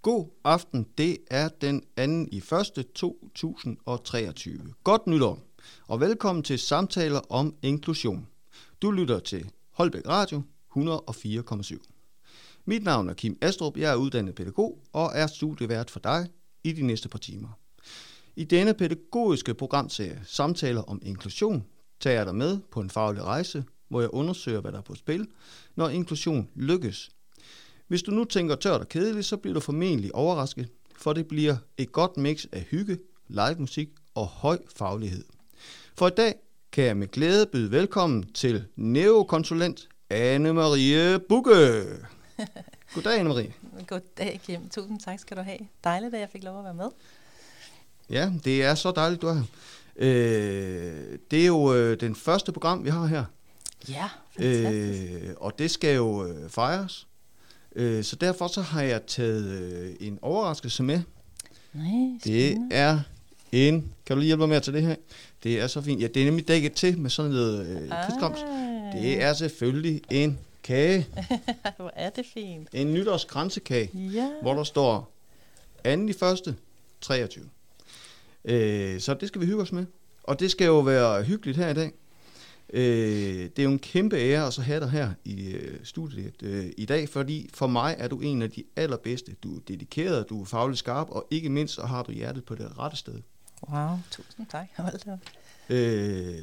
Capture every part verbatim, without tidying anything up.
God aften, det er den anden i første to tusind og treogtyve. Godt nytår, og velkommen til samtaler om inklusion. Du lytter til Holbæk Radio hundrede og fire komma syv. Mit navn er Kim Astrup, jeg er uddannet pædagog og er studievært for dig i de næste par timer. I denne pædagogiske programserie Samtaler om inklusion tager jeg dig med på en faglig rejse, hvor jeg undersøger, hvad der er på spil, når inklusion lykkes. Hvis du nu tænker tørt og kedeligt, så bliver du formentlig overrasket, for det bliver et godt mix af hygge, live musik og høj faglighed. For i dag kan jeg med glæde byde velkommen til neurokonsulent Anne-Marie Bugge. Goddag, Anne-Marie. Goddag, Kim. Tusind tak skal du have. Dejligt, at jeg fik lov at være med. Ja, det er så dejligt, du er her. Øh, det er jo øh, den første program, vi har her. Ja, fantastisk. Øh, og det skal jo øh, fejres. Øh, så derfor så har jeg taget øh, en overraskelse med. Nej, det er en... Kan du lige hjælpe mig med at tage det her? Det er så fint. Ja, det er nemlig dækket til med sådan noget øh, krigskrams. Det er selvfølgelig en kage. Hvor er det fint. En nytårskransekage, ja. Hvor der står anden i første treogtyve. Øh, så det skal vi hygge os med. Og det skal jo være hyggeligt her i dag. Øh, det er jo en kæmpe ære at så have dig her i øh, studiet øh, i dag, fordi for mig er du en af de allerbedste. Du er dedikeret, du er fagligt skarp, og ikke mindst så har du hjertet på det rette sted. Wow, tusind tak. Hold da. Øh,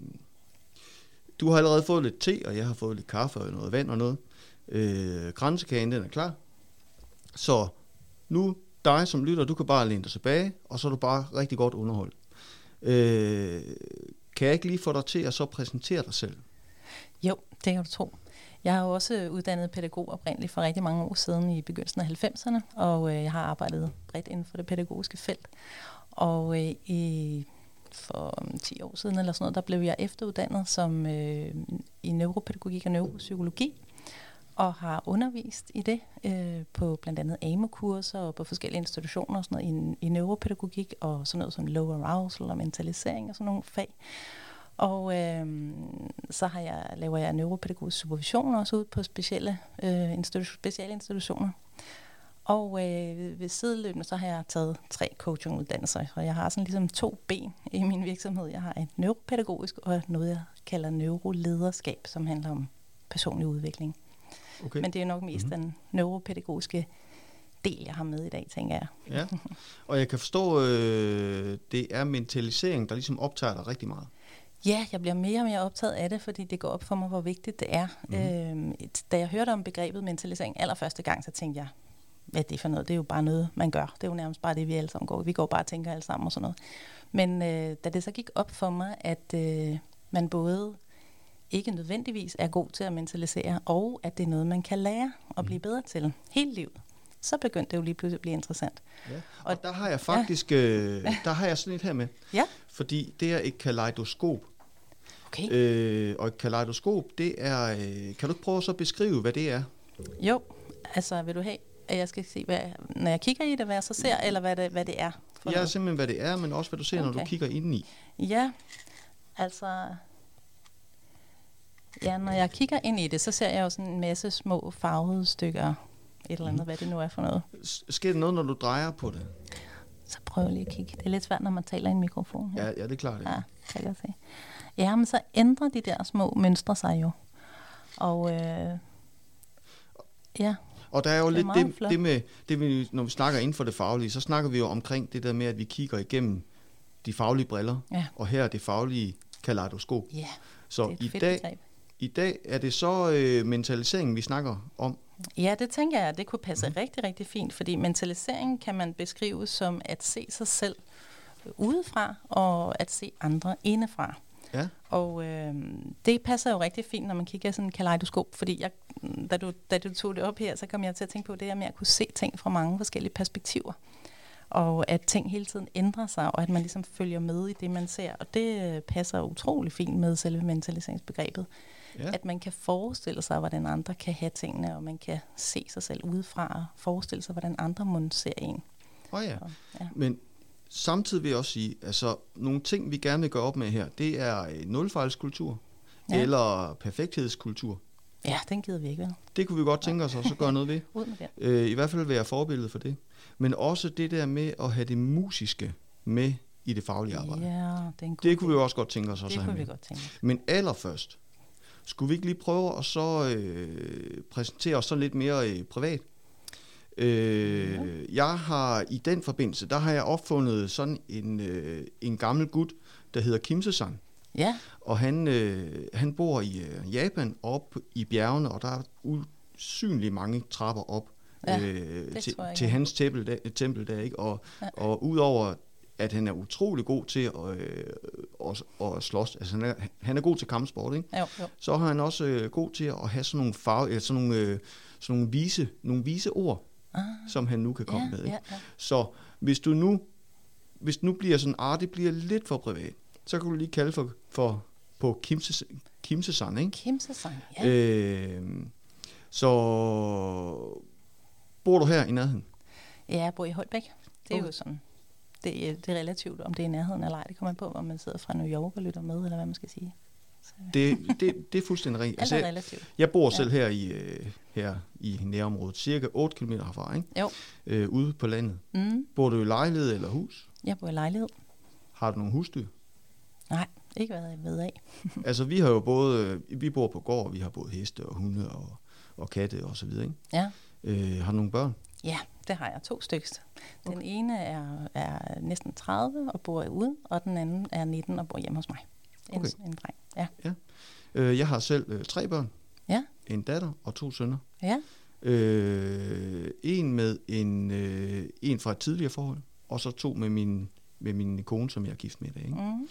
du har allerede fået lidt te, og jeg har fået lidt kaffe og noget vand og noget. Øh, kransekagen, den er klar. Så nu dig som lytter, du kan bare læne dig tilbage, og så er du bare rigtig godt underholdt. Øh, kan jeg ikke lige få dig til at så præsentere dig selv? Jo, det kan du tro. Jeg har jo også uddannet pædagog oprindeligt for rigtig mange år siden i begyndelsen af halvfemserne, og øh, jeg har arbejdet bredt inden for det pædagogiske felt. Og øh, i, for ti år siden eller sådan noget, der blev jeg efteruddannet som, øh, i neuropædagogik og neuropsykologi, og har undervist i det øh, på blandt andet A M O-kurser og på forskellige institutioner og sådan noget, i, i neuropædagogik og sådan noget som low arousal og mentalisering og sådan nogle fag. Og øh, så har jeg, laver jeg neuropædagogisk supervision også ud på specielle, øh, institu- specielle institutioner. Og øh, ved sideløbende så har jeg taget tre coachinguddannelser, og jeg har sådan ligesom to ben i min virksomhed. Jeg har et neuropædagogisk og noget, jeg kalder neurolederskab, som handler om personlig udvikling. Okay. Men det er nok mest mm-hmm. den neuropædagogiske del, jeg har med i dag, tænker jeg. Ja, og jeg kan forstå, øh, det er mentalisering, der ligesom optager dig rigtig meget. Ja, jeg bliver mere og mere optaget af det, fordi det går op for mig, hvor vigtigt det er. Mm-hmm. Øh, da jeg hørte om begrebet mentalisering allerførste gang, så tænkte jeg, hvad er det for noget? Det er jo bare noget, man gør. Det er jo nærmest bare det, vi alle sammen går. Vi går bare og tænker alle sammen og sådan noget. Men øh, da det så gik op for mig, at øh, man både ikke nødvendigvis er god til at mentalisere, og at det er noget, man kan lære og blive bedre til hele livet, så begyndte det jo lige pludselig at blive interessant. Ja. Og, og der har jeg faktisk, ja. øh, der har jeg sådan et her med, ja. Fordi det er et kaleidoskop. Okay. Øh, og et kaleidoskop, det er, øh, kan du ikke prøve så at beskrive, hvad det er? Jo, altså vil du have, at jeg skal se, hvad, når jeg kigger i det, hvad jeg så ser, eller hvad det, hvad det er? Ja, noget? Simpelthen hvad det er, men også hvad du ser, okay. Når du kigger indeni. Ja, altså... Ja, når jeg kigger ind i det, så ser jeg jo sådan en masse små farvede stykker, et eller andet, mm. hvad det nu er for noget. Sker det noget, når du drejer på det? Så prøv lige at kigge. Det er lidt svært, når man taler i en mikrofon. Ja, ja, det er klart. Ja, kan jeg se. Ja, men så ændrer de der små mønstre sig jo. Og øh, ja. Og der er jo det lidt det, det med, det med, når vi snakker inden for det faglige, så snakker vi jo omkring det der med, at vi kigger igennem de faglige briller, ja. Og her er det faglige kaleidoskop. Ja, så det er et i fedt dag, begreb. I dag er det så øh, mentaliseringen, vi snakker om? Ja, det tænker jeg, det kunne passe mm. rigtig, rigtig fint, fordi mentalisering kan man beskrive som at se sig selv udefra og at se andre indefra. Ja. Og øh, det passer jo rigtig fint, når man kigger i sådan en kaleidoskop, fordi jeg, da, du, da du tog det op her, så kom jeg til at tænke på det her med at kunne se ting fra mange forskellige perspektiver. Og at ting hele tiden ændrer sig, og at man ligesom følger med i det, man ser. Og det passer utrolig fint med selve mentaliseringsbegrebet. Ja. At man kan forestille sig, hvordan andre kan have tingene, og man kan se sig selv udefra og forestille sig, hvordan andre må ser en. Åh oh ja. ja, men samtidig vil jeg også sige, altså nogle ting, vi gerne vil gøre op med her, det er nulfejlskultur ja. Eller perfekthedskultur. Ja, den gider vi ikke, vel? Det kunne vi godt tænke os, og så gøre noget ved. Ud med den. Øh, I hvert fald være forbillede for det. Men også det der med at have det musiske med i det faglige arbejde. Ja, det er en god Det kunne vi også godt tænke os også Det at have kunne vi med. godt tænke os. Men allerførst, skulle vi ikke lige prøve at så øh, præsentere os så lidt mere øh, privat? Øh, jeg har i den forbindelse, der har jeg opfundet sådan en, øh, en gammel gut, der hedder Kimse-san. Ja, Og han, øh, han bor i øh, Japan, op i bjergene, og der er usynligt mange trapper op Ja, øh, det til, tror jeg til ikke. hans tempel der, tempel der, ikke? Og, Ja. og udover at han er utrolig god til at, øh, at, at slås, altså han er, han er god til kampsport, ikke? jo, jo. Så er han også øh, god til at have sådan nogle, farve, eller sådan nogle, øh, sådan nogle, vise, nogle vise ord, Ah, som han nu kan komme ja, med. Ikke? ja, ja. Så hvis du nu, hvis det nu bliver sådan, ah, det bliver lidt for privat, så kan du lige kalde for, for på Kimse, Kimse-san, ikke? Kimse-san, ja. Øh, så bor du her i nærheden? Ja, jeg bor i Holbæk. Det er Okay. jo sådan, det, er- det er relativt, om det er i nærheden eller ej. Det kommer an på, om man sidder fra New York og lytter med, eller hvad man skal sige. Så, Det, det, det er fuldstændig rigtigt. alt er Altså, relativt. jeg bor Ja. selv her i, øh, her i nærområdet, cirka otte kilometer herfra, ikke? Jo. Øh, ude på landet. Mm, Bor du i lejlighed eller hus? jeg bor i lejlighed. Har du nogle husdyr? Nej, ikke hvad jeg ved af. Altså, vi har jo både, øh, vi bor på gård, vi har både heste og hunde og, og katte og så videre, ikke? Ja. Øh, har du nogle børn? Ja, det har jeg. To stykker. Den Okay. ene er, er næsten tredive og bor ude, og den anden er nitten og bor hjemme hos mig. En, Okay. en dreng. Ja. Øh, jeg har selv øh, tre børn. Ja. En datter og to sønner. Ja. Øh, en med en, øh, en fra et tidligere forhold, og så to med min, med min kone, som jeg er gift med i dag. Ikke? Mm.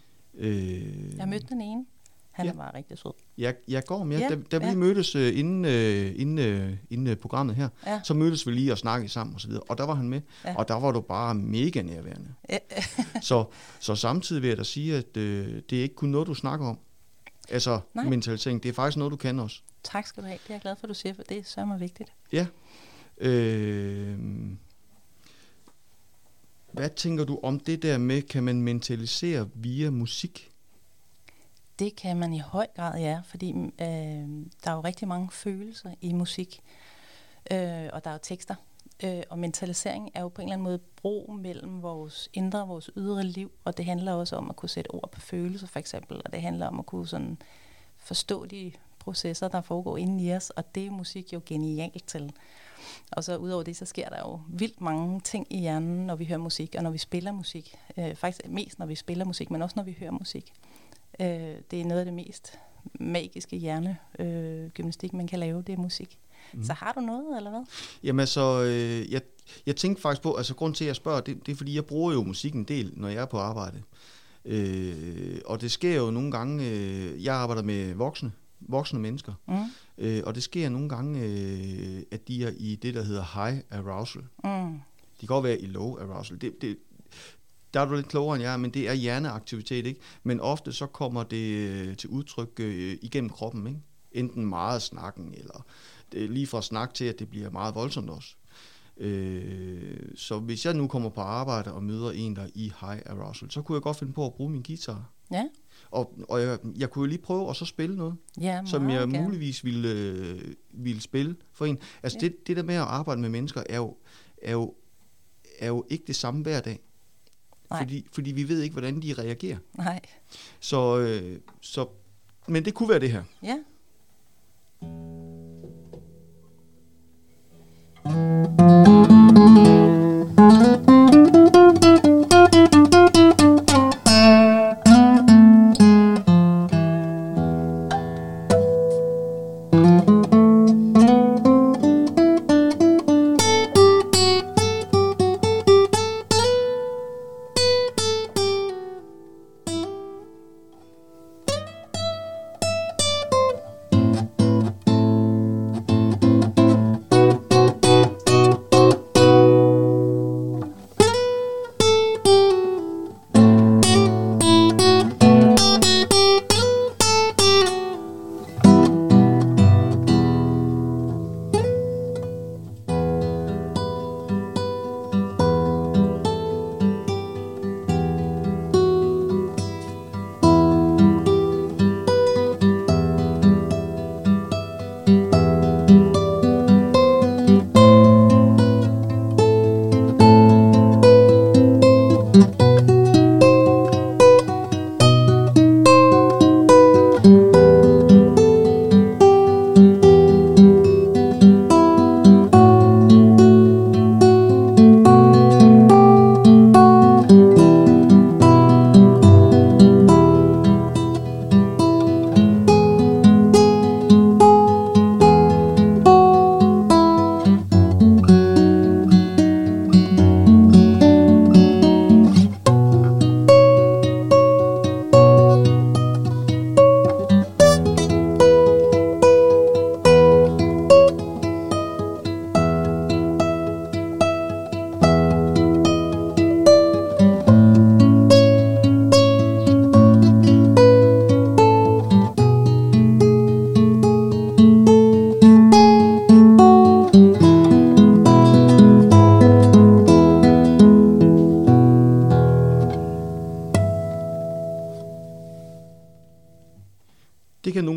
Øh, Jeg mødte den ene. Han Ja. ja. var rigtig sød. jeg, jeg går med. Ja, Da, da vi ja. mødtes øh, inden, øh, inden, øh, inden øh, programmet her, Ja. så mødtes vi lige og snakkede sammen og så videre. Og der var han med, Ja. og der var du bare mega nærværende. Ja. så, så samtidig vil jeg da sige, at øh, det er ikke kun noget, du snakker om. Altså Nej. mentalisering, det er faktisk noget, du kan også. Tak skal du have. Det er jeg glad for, du siger, for det er sørme vigtigt. Ja. Øh, hvad tænker du om det der med, kan man mentalisere via musik? Det kan man i høj grad, ja, fordi øh, der er jo rigtig mange følelser i musik, øh, og der er jo tekster. Øh, og mentalisering er jo på en eller anden måde bro mellem vores indre og vores ydre liv, og det handler også om at kunne sætte ord på følelser, for eksempel, og det handler om at kunne sådan forstå de processer, der foregår inde i os, og det er musik jo genialt til. Og så udover det, så sker der jo vildt mange ting i hjernen, når vi hører musik, og når vi spiller musik. Øh, faktisk mest, når vi spiller musik, men også når vi hører musik. Øh, det er noget af det mest magiske hjernegymnastik, øh, gymnastik, man kan lave, det er musik. Mhm. Mm. Så har du noget, eller hvad? Jamen altså, øh, jeg, jeg tænkte faktisk på, altså grund til, at jeg spørger, det, det er fordi, jeg bruger jo musik en del, når jeg er på arbejde. Øh, og det sker jo nogle gange, øh, jeg arbejder med voksne, voksne mennesker, Mm. øh, og det sker nogle gange, øh, at de er i det, der hedder high arousal. Mm. De kan godt være i low arousal. Det, det, der er du lidt klogere end jeg, men det er hjerneaktivitet, ikke? Men ofte så kommer det øh, til udtryk øh, igennem kroppen, ikke? Enten meget snakken, eller det er lige fra snak til, at det bliver meget voldsomt også. Øh, så hvis jeg nu kommer på arbejde og møder en, der er i high arousal, så kunne jeg godt finde på at bruge min guitar. Ja, Og, og jeg, jeg kunne jo lige prøve at så spille noget, ja som meget jeg gerne. muligvis ville, øh, ville spille for en. Altså Ja. det, det der med at arbejde med mennesker, er jo, er jo, er jo ikke det samme hver dag. Nej. Fordi, fordi vi ved ikke, hvordan de reagerer. Nej, Så, øh, så, men det kunne være det her. ja.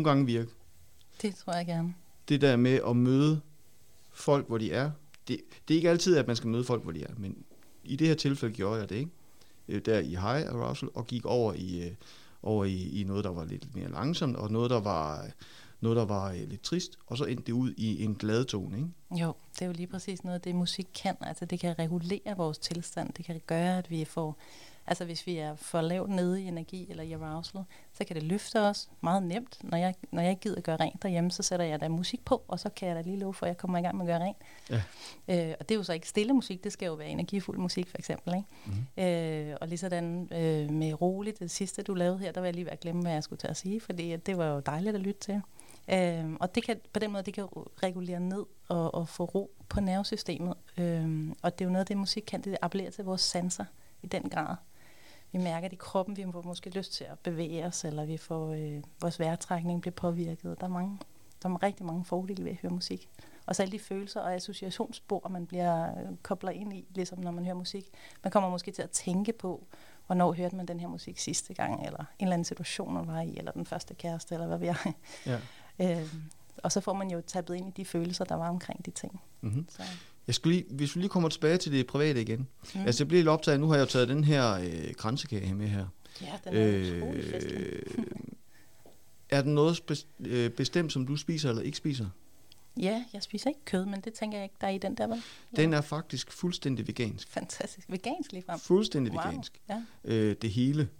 nogle gange virke. Det tror jeg gerne. Det der med at møde folk, hvor de er. Det, det er ikke altid, at man skal møde folk, hvor de er, men i det her tilfælde gjorde jeg det, ikke? Der i high arousal, og gik over i, over i, i noget, der var lidt mere langsomt, og noget, der var, noget, der var lidt trist, og så endte det ud i en glad tone, ikke? Jo, det er jo lige præcis noget, det musik kan. Altså, det kan regulere vores tilstand. Det kan gøre, at vi får... Altså, hvis vi er for lavt nede i energi eller i arousal, så kan det løfte os meget nemt. Når jeg, når jeg ikke gider gøre rent derhjemme, så sætter jeg da musik på, og så kan jeg da lige love for, at jeg kommer i gang med at gøre rent. Ja. Øh, og det er jo så ikke stille musik, det skal jo være energifuld musik, for eksempel. Ikke? Mm-hmm. Øh, og lige sådan øh, med roligt, det sidste, du lavede her, der var jeg lige ved at glemme, hvad jeg skulle til at sige, fordi det var jo dejligt at lytte til. Øh, og det kan, på den måde, det kan regulere ned og, og få ro på nervesystemet. Øh, og det er jo noget af det, musik kan, det appellerer til vores sanser i den grad. Vi mærker det i kroppen, vi får måske lyst til at bevæge os, eller vi får øh, vores vejrtrækning bliver påvirket. Der er, mange, der er rigtig mange fordele ved at høre musik. Og så alle de følelser og associationsspor, man bliver øh, koblet ind i, ligesom når man hører musik. Man kommer måske til at tænke på, hvornår hørte man den her musik sidste gang, eller en eller anden situation, man var i, eller den første kæreste, eller hvad ved jeg. Ja. øh, og så får man jo tappet ind i de følelser, der var omkring de ting. Mm-hmm. Så. Jeg skulle lige, hvis vi lige kommer tilbage til det private igen. Mm. Altså, jeg bliver lidt optaget. Nu har jeg jo taget den her øh, kransekage med her. Ja, den er øh, utrolig festlig. Er der noget spe- øh, bestemt, som du spiser eller ikke spiser? Ja, jeg spiser ikke kød, men det tænker jeg ikke, der er i den der, vel? Den er faktisk fuldstændig vegansk. Fantastisk. Vegansk ligefrem? Fuldstændig wow. vegansk. Ja. Øh, det hele.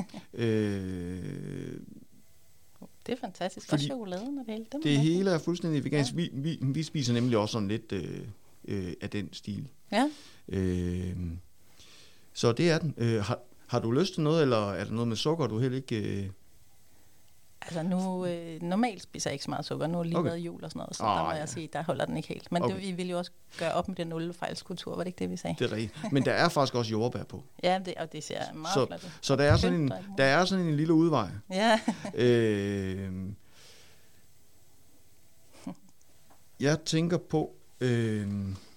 øh, Det er fantastisk. Og chokoladen og det hele. Det, det hele er fuldstændig vegansk. Ja. Vi, vi, vi spiser nemlig også sådan lidt øh, øh, af den stil. Ja. Øh, så det er den. Øh, har, har du lyst til noget, eller er der noget med sukker, du heller ikke... Øh... Altså nu, øh, normalt spiser jeg ikke så meget sukker. Nu har lige okay. været jul og sådan noget, så oh, der må ja. jeg sige, der holder den ikke helt. Men okay. det, vi vil jo også gøre op med den nullefejlskultur, var det ikke det, vi sagde? Det er rigtigt. Men der er faktisk også jordbær på. Ja, det, og det ser meget så, flot ud. Så der er, sådan en, der er sådan en lille udvej. Ja. øh, jeg tænker på... Øh,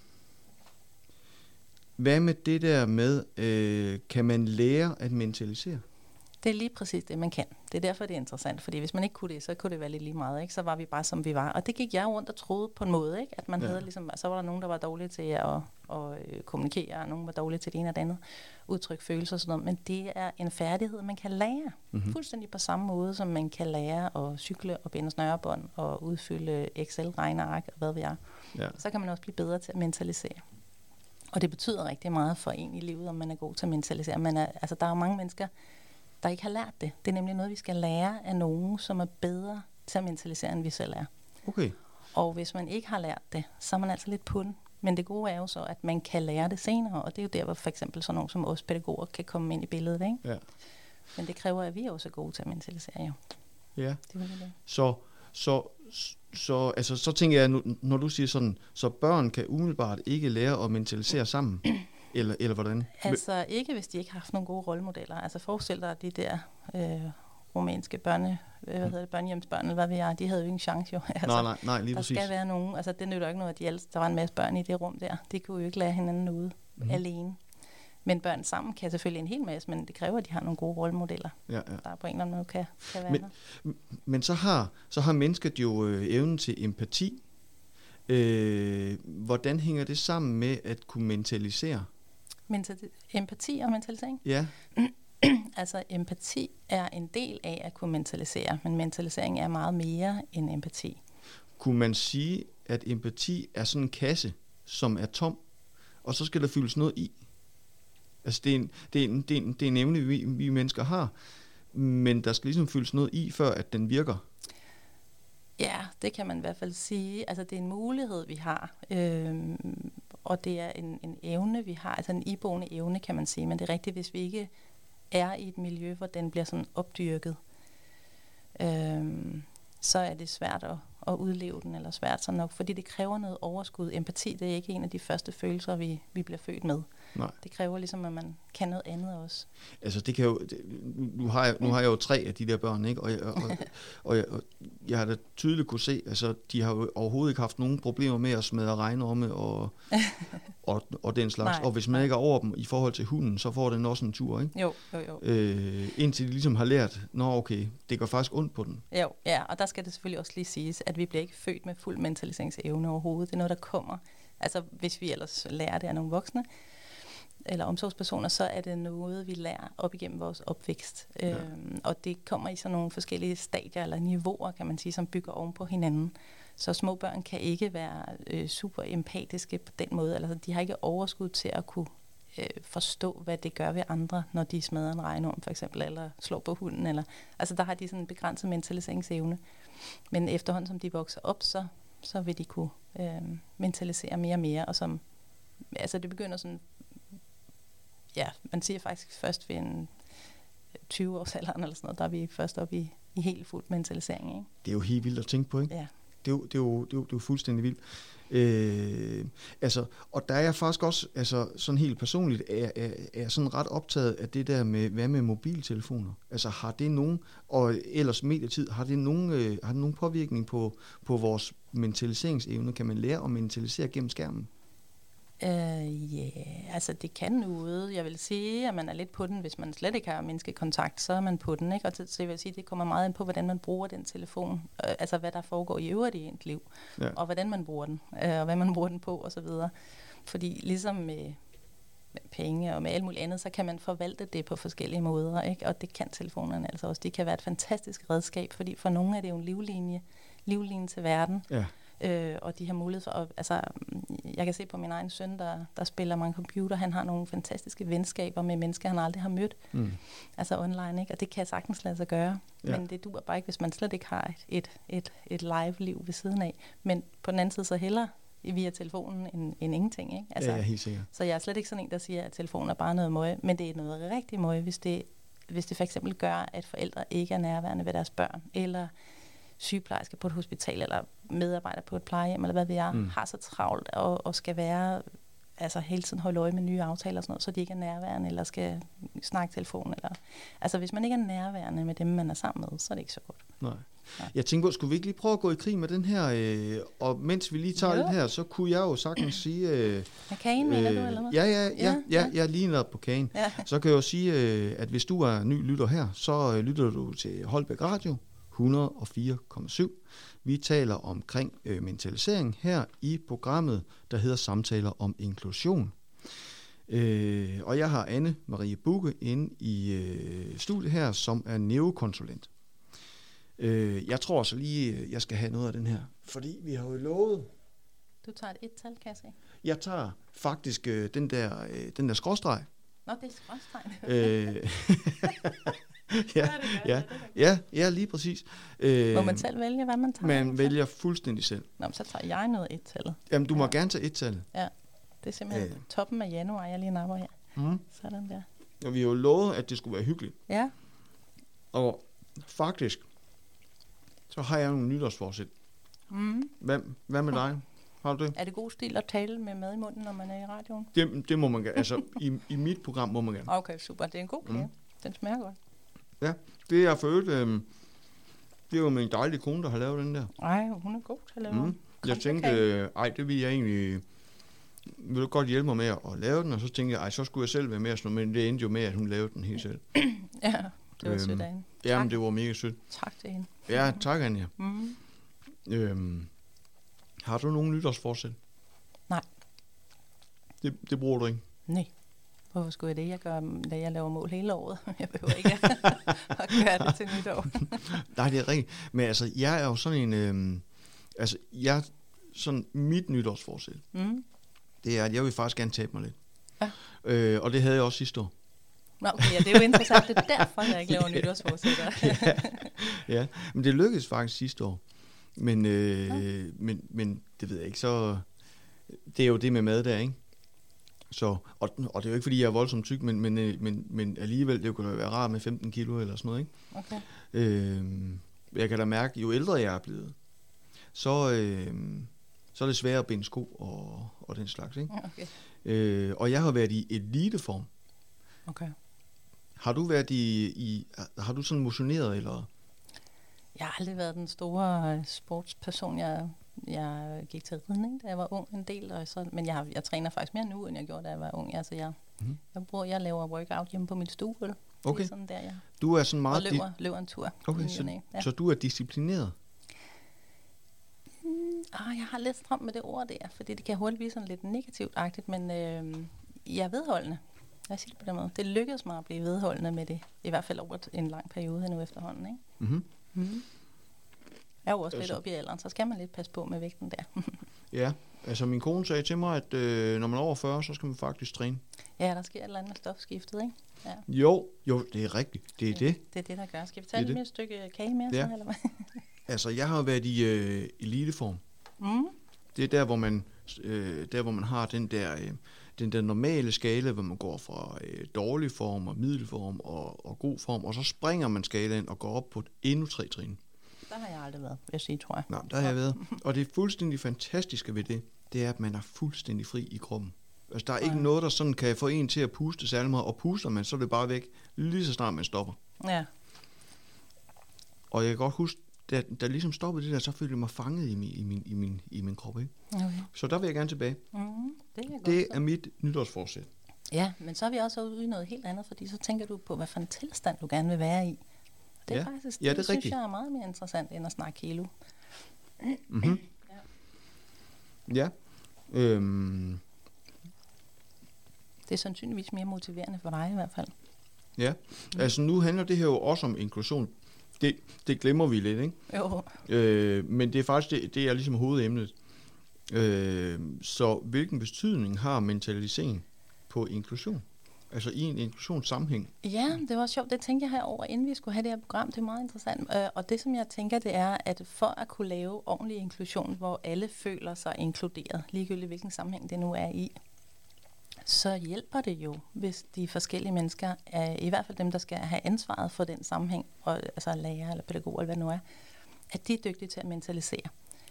hvad med det der med, øh, kan man lære at mentalisere? Det er lige præcis det, man kan. Det er derfor, det er interessant, fordi hvis man ikke kunne det, så kunne det være lidt lige meget, ikke? Så var vi bare, som vi var. Og det gik jeg rundt og troede på en måde, ikke? At man ja. havde ligesom, så var der nogen, der var dårlige til at, at, at kommunikere, og nogen var dårlige til det ene og det andet, udtrykke følelser og sådan noget. Men det er en færdighed, man kan lære. Mm-hmm. Fuldstændig på samme måde, som man kan lære at cykle og binde snørebånd og udfylde Excel-regneark og hvad ved jeg. Ja. Så kan man også blive bedre til at mentalisere. Og det betyder rigtig meget for en i livet, om man er god til at mentalisere. Man er, altså, der er jo mange mennesker, der ikke har lært det. Det er nemlig noget, vi skal lære af nogen, som er bedre til at mentalisere, end vi selv er. Okay. Og hvis man ikke har lært det, så er man altså lidt på den. Men det gode er jo så, at man kan lære det senere, og det er jo der, hvor for eksempel sådan nogen som os pædagoger kan komme ind i billedet, ikke? Ja. Men det kræver, at vi er også gode til at mentalisere, jo. Ja. Det er det. Så, så, så, altså, så tænker jeg, når du siger sådan, så børn kan umiddelbart ikke lære at mentalisere sammen? Eller, eller hvordan? Altså ikke, hvis de ikke har haft nogle gode rollemodeller. Altså forestil dig, at de der øh, rumænske børne, hvad hedder det, børnehjemsbørn, eller hvad ved jeg, de havde jo ingen chance jo. Altså, nej, nej, nej, lige der præcis. Der skal være nogen, altså det nytter jo ikke noget, at de alle, der var en masse børn i det rum der. De kunne jo ikke lære hinanden ude mm-hmm. alene. Men børn sammen kan selvfølgelig en hel masse, men det kræver, at de har nogle gode rollemodeller, ja, ja. der på en eller anden måde kan, kan være men, der. Men så har, så har mennesket jo øh, evnen til empati. Øh, hvordan hænger det sammen med at kunne mentalisere? Mental- empati og mentalisering? Ja. Altså empati er en del af at kunne mentalisere, men mentalisering er meget mere end empati. Kunne man sige, at empati er sådan en kasse, som er tom, og så skal der fyldes noget i? Altså det er en, det er en, det er en, det er en evne, vi, vi mennesker har, men der skal ligesom fyldes noget i, før at den virker. Ja, det kan man i hvert fald sige. Altså det er en mulighed, vi har, øhm, og det er en, en evne, vi har, altså en iboende evne, kan man sige. Men det er rigtigt, hvis vi ikke er i et miljø, hvor den bliver sådan opdyrket, øhm, så er det svært at, at udleve den, eller svært sig nok, fordi det kræver noget overskud. Empati, det er ikke en af de første følelser, vi, vi bliver født med. Nej. Det kræver ligesom, at man kan noget andet også. Altså det kan jo, det, nu, har jeg, nu har jeg jo tre af de der børn, ikke? Og, jeg, og, og, jeg, og jeg har da tydeligt kunne se, altså de har jo overhovedet ikke haft nogen problemer med at smadre regnorme og, og, og den slags. Og hvis man ikke er over dem i forhold til hunden, så får den også en tur, ikke? Jo, jo, jo. Øh, indtil de ligesom har lært, nå okay, det går faktisk ondt på den. Jo, ja, og der skal det selvfølgelig også lige siges, at vi bliver ikke født med fuld mentaliseringsevne overhovedet. Det er noget, der kommer. Altså hvis vi ellers lærer det af nogle voksne, eller omsorgspersoner, så er det noget, vi lærer op igennem vores opvækst. Ja. Øhm, og det kommer i sådan nogle forskellige stadier eller niveauer, kan man sige, som bygger oven på hinanden. Så små børn kan ikke være øh, super empatiske på den måde. Altså, de har ikke overskud til at kunne øh, forstå, hvad det gør ved andre, når de smadrer en regnorm, for eksempel, eller slår på hunden. Eller, altså, der har de sådan en begrænset mentaliseringsevne. Men efterhånden, som de vokser op, så, så vil de kunne øh, mentalisere mere og mere. Og som, altså, det begynder sådan. Ja, man siger faktisk først ved en tyve års alderen eller sådan noget, der er vi først oppe i, i helt fuld mentalisering, ikke? Det er jo helt vildt at tænke på, ikke? Ja. Det er jo, det er jo, det er jo, det er jo fuldstændig vildt. Øh, altså, og der er jeg faktisk også, altså sådan helt personligt, er, er, er sådan ret optaget af det der med, hvad med mobiltelefoner? Altså har det nogen, og ellers medietid, har det nogen, øh, har det nogen påvirkning på, på vores mentaliseringsevne? Kan man lære at mentalisere gennem skærmen? Ja, uh, yeah. altså det kan noget. Jeg vil sige, at man er lidt på den, hvis man slet ikke har menneskekontakt, så er man på den, ikke? Og så jeg vil sige, det kommer meget ind på, hvordan man bruger den telefon, uh, altså hvad der foregår i øvrigt i ens liv, ja. Og hvordan man bruger den, uh, og hvad man bruger den på, og så videre. Fordi ligesom med, med penge og med alt muligt andet, så kan man forvalte det på forskellige måder, ikke? Og det kan telefonerne altså også. Det kan være et fantastisk redskab, fordi for nogle er det jo en livlinje, livlinje til verden. Ja. Øh, og de har mulighed for at, altså, jeg kan se på min egen søn, der, der spiller mange computer, han har nogle fantastiske venskaber med mennesker, han aldrig har mødt, mm. altså online, ikke? Og det kan jeg sagtens lade sig gøre, ja. Men det duer bare ikke, hvis man slet ikke har et, et, et, et live-liv ved siden af, men på den anden side så hellere via telefonen end, end ingenting, ikke? Altså, ja, helt sikkert. Så jeg er slet ikke sådan en, der siger, at telefonen er bare noget møje, men det er noget rigtig møje, hvis det, hvis det for eksempel gør, at forældre ikke er nærværende ved deres børn, eller sygeplejerske på et hospital, eller medarbejder på et plejehjem, eller hvad ved jeg, mm. har så travlt og, og skal være, altså hele tiden holde øje med nye aftaler og sådan noget, så de ikke er nærværende, eller skal snakke telefon, eller, altså hvis man ikke er nærværende med dem, man er sammen med, så er det ikke så godt. Nej. Nej. Jeg tænker på, skulle vi ikke lige prøve at gå i krig med den her, øh, og mens vi lige tager jo. den her, så kunne jeg jo sagtens sige... Øh, med kagen, mener øh, du, eller hvad? Ja, ja, ja, ja, ja, jeg er lige nede på kagen. Ja. Så kan jeg jo sige, øh, at hvis du er ny lytter her, så øh, lytter du til Holbæk Radio, hundrede og fire komma syv. Vi taler omkring øh, mentalisering her i programmet, der hedder Samtaler om inklusion. Øh, og jeg har Anne Marie Bugge inde i øh, studiet her, som er neokonsulent. Øh, jeg tror så lige, jeg skal have noget af den her, fordi vi har jo lovet... Du tager et et-tal, kan jeg se. Jeg tager faktisk øh, den der, øh, den der skråstreg. Nå, det er skråstreg. øh, ja, ja, ja, ja, lige præcis. Øh, Må man selv vælge, hvad man tager? Man altså? vælger fuldstændig selv. Nå, så tager jeg noget et-tallet. Jamen, du må ja. gerne tage et-tallet. Ja, det er simpelthen øh. toppen af januar, jeg lige napper her. Mm. Sådan der. Og vi har jo lovet, at det skulle være hyggeligt. Ja. Og faktisk, så har jeg nogle nytårsforsæt. Mm. Hvad, hvad med dig? Har du det? Er det god stil at tale med mad i munden, når man er i radioen? Det, det må man gerne. Altså, i, i mit program må man gerne. Okay, super. Det er en god kage. Mm. Den smager godt. Ja, det er for øvrigt, øh, det er jo min dejlige kone, der har lavet den der. Ej, hun er god til at lave mm. den. Jeg tænkte, øh, ej, det vil jeg egentlig, vil du godt hjælpe mig med at lave den, og så tænkte jeg, ej, så skulle jeg selv være med, sådan, men det endte jo med, at hun lavede den helt selv. Ja, det var øhm, sødt af hende. Jamen, det var mega sødt. Tak til hende. Ja, tak, Anja. Mm. Øhm, har du nogen nytårsforsæt? Nej. Det, det bruger du ikke? Nej. Hvorfor skulle jeg det? Jeg gør, da jeg laver mål hele året. Jeg behøver ikke at gøre det til nytår. Nej, det er rigtigt. Men altså, jeg er jo sådan en... Øhm, altså, jeg... Sådan mit nytårsforsæt, mm. det er, at jeg vil faktisk gerne tabe mig lidt. Ja. Øh, og det havde jeg også sidste år. Nå, okay, ja, det er jo interessant. Det er derfor, jeg ikke laver nytårsforsætter. ja, ja, men det lykkedes faktisk sidste år. Men, øh, ja. men, men det ved jeg ikke, så... Det er jo det med mad der, ikke? Så, og, og det er jo ikke, fordi jeg er voldsomt tyk, men, men, men, men alligevel, det kunne da være rart med femten kilo eller sådan noget, ikke? Okay. Øh, jeg kan da mærke, jo ældre jeg er blevet, så, øh, så er det sværere at binde sko og, og den slags. Ikke? Okay. Øh, og jeg har været i eliteform. Okay. Har du været i, i har du sådan motioneret, eller? Jeg har aldrig været den store sportsperson. Jeg, jeg gik til ridning, da jeg var ung en del, og så, men jeg, jeg træner faktisk mere nu, end jeg gjorde, da jeg var ung. Altså jeg, mm. jeg, bruger, jeg laver workout hjemme på mit stuegulv. Okay. Det er sådan der, jeg du er sådan meget og løber, løber en tur. Okay, så, ja. så du er disciplineret? Mm, ah, jeg har lidt stramt med det ord der, fordi det kan hurtigt blive sådan lidt negativt-agtigt, men øh, jeg er vedholdende. Jeg siger det på den måde. Det lykkedes mig at blive vedholdende med det, i hvert fald over en lang periode nu efterhånden. Ikke? Mm-hmm. Mm. Jeg er jo også altså, lidt op i alderen, så skal man lidt passe på med vægten der. Ja, altså min kone sagde til mig, at øh, når man er over fyrre, så skal man faktisk træne. Ja, der sker et eller andet med stofskiftet, ikke? Ja. Jo, jo, det er rigtigt. Det er det. Det, det er det, der gør. Skal vi tage lige et stykke kage mere? Ja. Så, eller hvad? Altså, jeg har været i øh, eliteform. Mm. Det er der, hvor man, øh, der, hvor man har den der, øh, den der normale skala, hvor man går fra øh, dårlig form og middelform og, og god form, og så springer man skalaen og går op på et endnu tre trin. Der har jeg aldrig været, vil jeg sige, tror jeg. Nej, der har jeg været. Og det fuldstændig fantastiske ved det, det er, at man er fuldstændig fri i kroppen. Altså, der er ikke ja. noget, der sådan kan få en til at puste særlig meget, og puster man, så er det bare væk, lige så snart man stopper. Ja. Og jeg kan godt huske, da, da ligesom stoppede det der, så følte jeg mig fanget i min, i min, i min, i min krop. Ikke? Okay. Så der vil jeg gerne tilbage. Mm, det er, det er mit nytårsforsæt. Ja, men så er vi også ude i noget helt andet, fordi så tænker du på, hvad for en tilstand du gerne vil være i. Det er ja. faktisk, ja, det, det synes rigtigt. Jeg er meget mere interessant, end at snakke kilo. Mm-hmm. ja. ja. Øhm. Det er sandsynligvis mere motiverende for dig i hvert fald. Ja, mm. altså nu handler det her jo også om inklusion. Det, det glemmer vi lidt, ikke? Jo. Øh, men det er faktisk, det, det er ligesom hovedemnet. Øh, så hvilken betydning har mentalisering på inklusion? Altså i en inklusionssammenhæng? Ja, det var sjovt. Det tænkte jeg herover, inden vi skulle have det her program. Det er meget interessant. Og det, som jeg tænker, det er, at for at kunne lave ordentlig inklusion, hvor alle føler sig inkluderet, ligegyldigt hvilken sammenhæng det nu er i, så hjælper det jo, hvis de forskellige mennesker, er, i hvert fald dem, der skal have ansvaret for den sammenhæng, og, altså lærer eller pædagoger eller hvad det nu er, at de er dygtige til at mentalisere.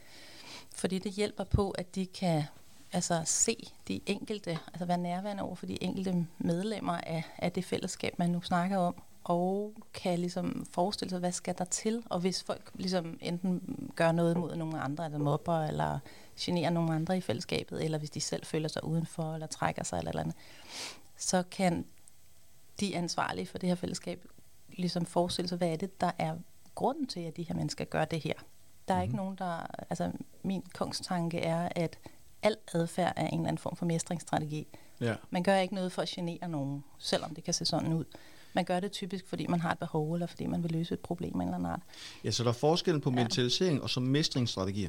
Fordi det hjælper på, at de kan altså se de enkelte, altså være nærværende over for de enkelte medlemmer af, af det fællesskab, man nu snakker om, og kan ligesom forestille sig, hvad skal der til, og hvis folk ligesom enten gør noget mod nogle andre, eller mobber, eller generer nogle andre i fællesskabet, eller hvis de selv føler sig udenfor, eller trækker sig, eller, eller andet, så kan de ansvarlige for det her fællesskab ligesom forestille sig, hvad er det, der er grunden til, at de her mennesker gør det her. Der er mm-hmm. ikke nogen, der, altså min kongstanke er, at al adfærd er en eller anden form for mestringsstrategi. Ja. Man gør ikke noget for at genere nogen, selvom det kan se sådan ud. Man gør det typisk, fordi man har et behov, eller fordi man vil løse et problem af en eller anden art. Ja, så der er forskellen på ja. mentalisering og så mestringsstrategier?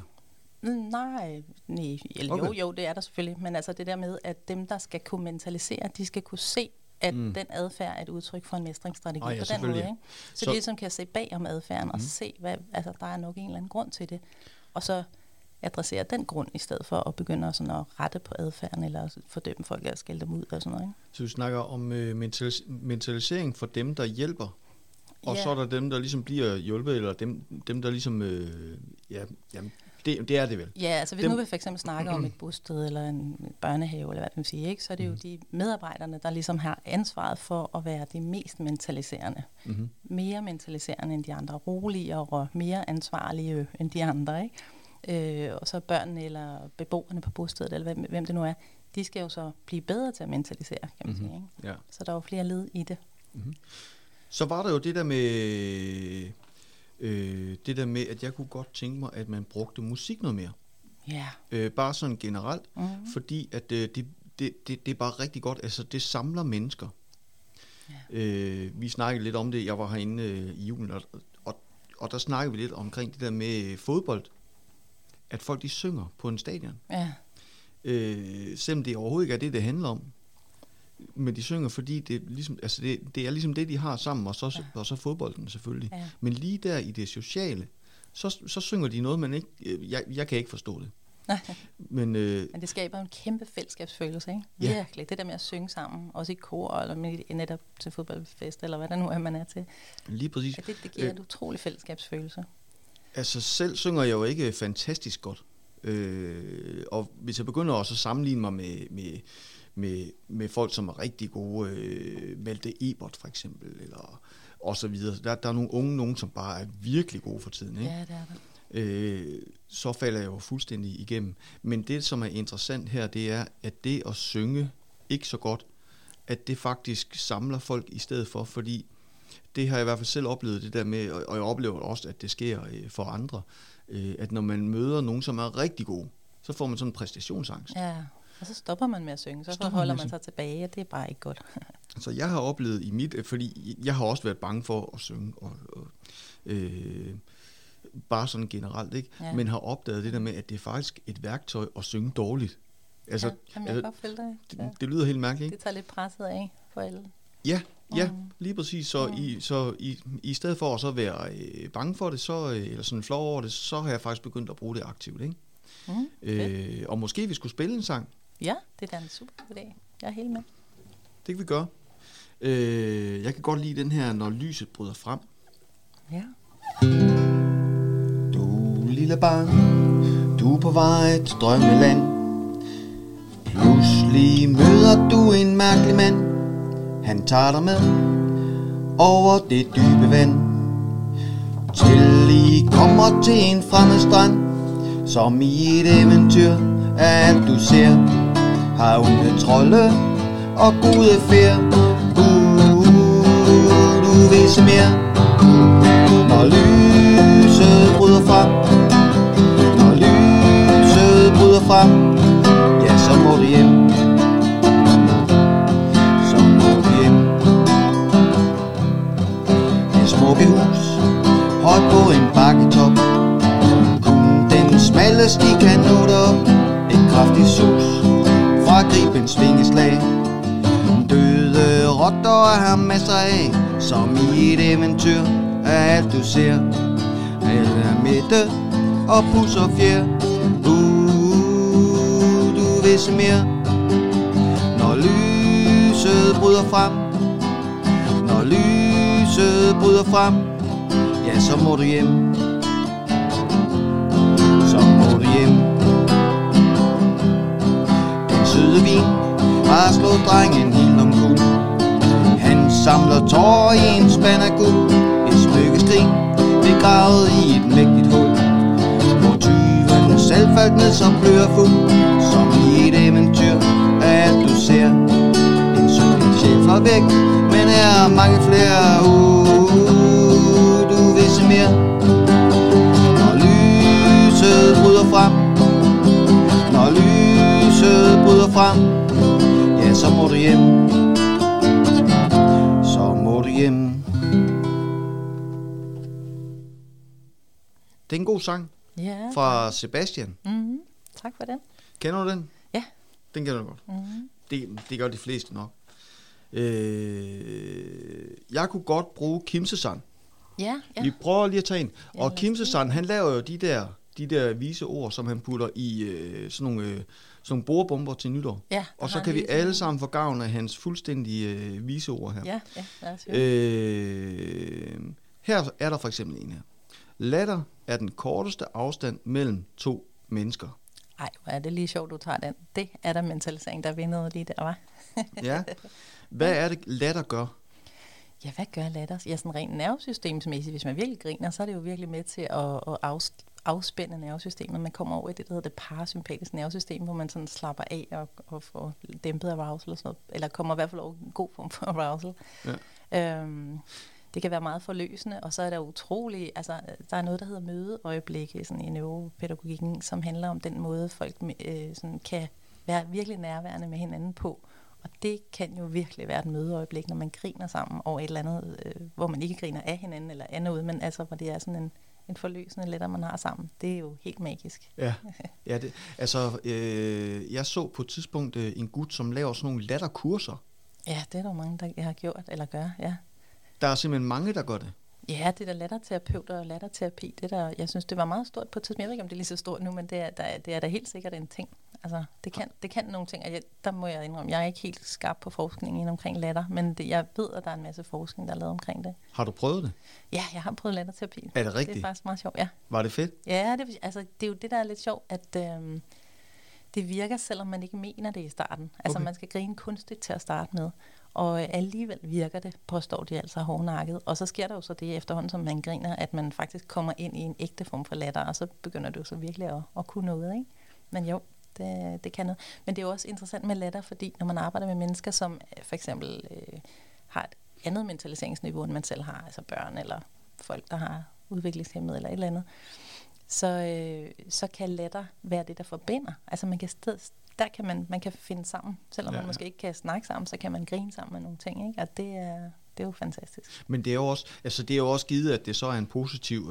Nej, nej jo, okay. jo, det er der selvfølgelig. Men altså det der med, at dem, der skal kunne mentalisere, de skal kunne se, at mm. den adfærd er et udtryk for en mestringsstrategi oh, ja, på den måde. Ikke? Så, så de ligesom kan se bag om adfærden mm. og se, hvad, altså der er nok en eller anden grund til det. Og så adressere den grund, i stedet for at begynde sådan at rette på adfærden, eller fordømme folk og skælde dem ud og sådan noget. Ikke? Så du snakker om øh, mentalis- mentalisering for dem, der hjælper, og ja. så er der dem, der ligesom bliver hjulpet, eller dem, dem der ligesom, øh, ja, jamen, det, det er det vel. Ja, altså hvis dem, nu vi for eksempel snakker om et bosted, eller en børnehave, eller hvad det vil sige, ikke? Så er det mm. jo de medarbejderne, der ligesom har ansvaret for at være de mest mentaliserende. Mm-hmm. Mere mentaliserende end de andre, roligere og mere ansvarlige end de andre, ikke? Øh, og så børnene eller beboerne på bostedet, eller hvem, hvem det nu er, de skal jo så blive bedre til at mentalisere, kan man mm-hmm. sige. Ikke? Ja. Så der er jo flere led i det. Mm-hmm. Så var der jo det der med, øh, det der med, at jeg kunne godt tænke mig, at man brugte musik noget mere. Ja. Øh, bare sådan generelt, mm-hmm. fordi at øh, det, det, det, det er bare rigtig godt, altså det samler mennesker. Ja. Øh, vi snakkede lidt om det, jeg var herinde øh, i julen, og, og, og der snakkede vi lidt omkring det der med fodbold, at folk de synger på en stadion. Ja. Øh, selvom det overhovedet ikke er det, det handler om. Men de synger, fordi det, ligesom, altså det, det er ligesom det, de har sammen, og så, ja. og så fodbolden selvfølgelig. Ja. Men lige der i det sociale, så, så synger de noget, man ikke... Jeg, jeg kan ikke forstå det. Men, øh, Men det skaber en kæmpe fællesskabsfølelse, ikke? Ja. Virkelig. Det der med at synge sammen, også i kor, eller med, netop til fodboldfest, eller hvad der nu er, man er til. Lige præcis. Ja, det, det giver øh, en utrolig fællesskabsfølelse. Altså selv synger jeg jo ikke fantastisk godt. Øh, og hvis jeg begynder også at sammenligne mig med, med, med, med folk, som er rigtig gode, øh, Malte Ebert for eksempel, eller og så videre. Der, der er nogle unge, nogen, som bare er virkelig gode for tiden. Ikke? Ja, det er der. Øh, så falder jeg jo fuldstændig igennem. Men det, som er interessant her, det er, at det at synge ikke så godt, at det faktisk samler folk i stedet for, fordi det har jeg i hvert fald selv oplevet det der med, og jeg oplever også, at det sker øh, for andre, øh, at når man møder nogen, som er rigtig gode, så får man sådan en præstationsangst. Ja, og så stopper man med at synge, så stopper holder man, man sig tilbage, og det er bare ikke godt. Så jeg har oplevet i mit, fordi jeg har også været bange for at synge, og, og øh, bare sådan generelt, ikke? Ja. Men har opdaget det der med, at det er faktisk et værktøj at synge dårligt. Altså, ja, jamen, jeg altså, kan godt følge dig. Ja. Det, det lyder helt mærkeligt, ikke? Det tager lidt presset af for alle. Ja, ja, mm. lige præcis. Så, mm. i, så i, i stedet for at så være øh, bange for det, så, øh, eller sådan flov over det, så har jeg faktisk begyndt at bruge det aktivt, ikke? Mm, øh, og måske vi skulle spille en sang. Ja, det er da en super idé. Jeg er helt med. Det kan vi gøre. Øh, jeg kan godt lide den her, når lyset bryder frem. Ja. Du lille barn, du er på vej til drømmeland. Pludselig møder du en mærkelig mand. Han tager dig med over det dybe vand, til I kommer til en fremmed strand. Som i et eventyr er alt du ser, har onde trolde og gode fjer. Uh, du vil se mere, når lyset bryder frem. Når lyset bryder frem, ja, så må du hjem. Så må du hjem. Det smukke hus, højt på en bakketop. Kun den smalle sti kan nå derop. Et kraftigt sus fra gribens vingeslag. Døde rotter er her masser af. Som i et eventyr er alt du ser. Alt er midte og pus og fjer. Uh, du vil se mere, når lyset bryder frem. Når lyset bryder frem, ja, så må du hjem. Så må du hjem. Den søde vin har slået drengen helt omkuld. Han samler tårer i en spand af guld. Et smykkeskrin begravet i et mægtigt hul, hvor tyven selv faldt ned som bløder fuld. Som i et eventyr er alt du ser. En syndig sjæl fra væk, men er mange flere. Uh, du vil se mere, når lyset bryder frem. Når lyset bryder frem, ja, så må du hjem. Så må du hjem. Det er en god sang. Ja. Fra Sebastian. Mm-hmm. Tak for den. Kender du den? Ja. Den kender du godt. Mm-hmm. Det, det gør de fleste nok. Øh, jeg kunne godt bruge Kimse-sang. Ja, ja. Vi prøver lige at tage en. Ja, Og Kimse-sang, han laver jo de der, de der vise ord, som han putter i øh, sådan nogle, øh, sådan nogle bordbomber til nytår. Ja, og så kan vi alle sammen få gavn af hans fuldstændige øh, vise ord her. Ja, ja, lad os høre. Øh, her er der for eksempel en her. Latter er den korteste afstand mellem to mennesker. Ej, hvor er det lige sjovt, du tager den. Det er der mentalisering, der vinder noget lige der, var. Ja. Hvad er det, latter gør? Ja, hvad gør latter? Ja, sådan rent nervesystemsmæssigt. Hvis man virkelig griner, så er det jo virkelig med til at, at afs, afspænde nervesystemet. Man kommer over i det, der hedder det parasympatiske nervesystem, hvor man sådan slapper af og, og får dæmpet arousal og sådan noget. Eller kommer i hvert fald over en god form for arousal. Ja. Øhm, Det kan være meget forløsende, og så er der utrolig, altså der er noget, der hedder mødeøjeblikke sådan i neuropædagogikken, som handler om den måde, folk øh, sådan kan være virkelig nærværende med hinanden på. Og det kan jo virkelig være et mødeøjeblik, når man griner sammen over et eller andet, øh, hvor man ikke griner af hinanden eller af noget, men altså hvor det er sådan en, en forløsende latter, man har sammen. Det er jo helt magisk. Ja, ja det, altså øh, jeg så på et tidspunkt øh, en gut, som laver sådan nogle latterkurser. Ja, det er der mange, der har gjort eller gør, ja. Der er simpelthen mange, der gør det. Ja, det er der latterterapeuter og latterterapi. Det der, jeg synes, det var meget stort på et tidspunkt. Jeg ved ikke, om det er lige så stort nu, men det er, der, det er da helt sikkert en ting. Altså, det kan, det kan nogle ting, og jeg, der må jeg indrømme, jeg er ikke helt skarp på forskningen omkring latter, men det, jeg ved, at der er en masse forskning, der er lavet omkring det. Har du prøvet det? Ja, jeg har prøvet latterterapi. Er det rigtigt? Det er faktisk meget sjovt, ja. Var det fedt? Ja, det, altså, det er jo det, der er lidt sjovt, at øhm, det virker, selvom man ikke mener det i starten. Altså, okay. Man skal grine kunstigt til at starte med, og alligevel virker det, påstår de altså hårdnakket. Og så sker der jo så det efterhånden, som man griner, at man faktisk kommer ind i en ægte form for latter, og så begynder du så virkelig at, at kunne noget, ikke? Men jo, det, det kan noget. Men det er jo også interessant med latter, fordi når man arbejder med mennesker, som for eksempel øh, har et andet mentaliseringsniveau, end man selv har, altså børn eller folk, der har udviklingshæmmet eller et eller andet, så, øh, så kan latter være det, der forbinder. Altså man kan sted, der kan man, man kan finde sammen. Selvom ja. man måske ikke kan snakke sammen, så kan man grine sammen med nogle ting, ikke? Og det er, det er jo fantastisk. Men det er jo også, altså det er jo også givet, at det så er en positiv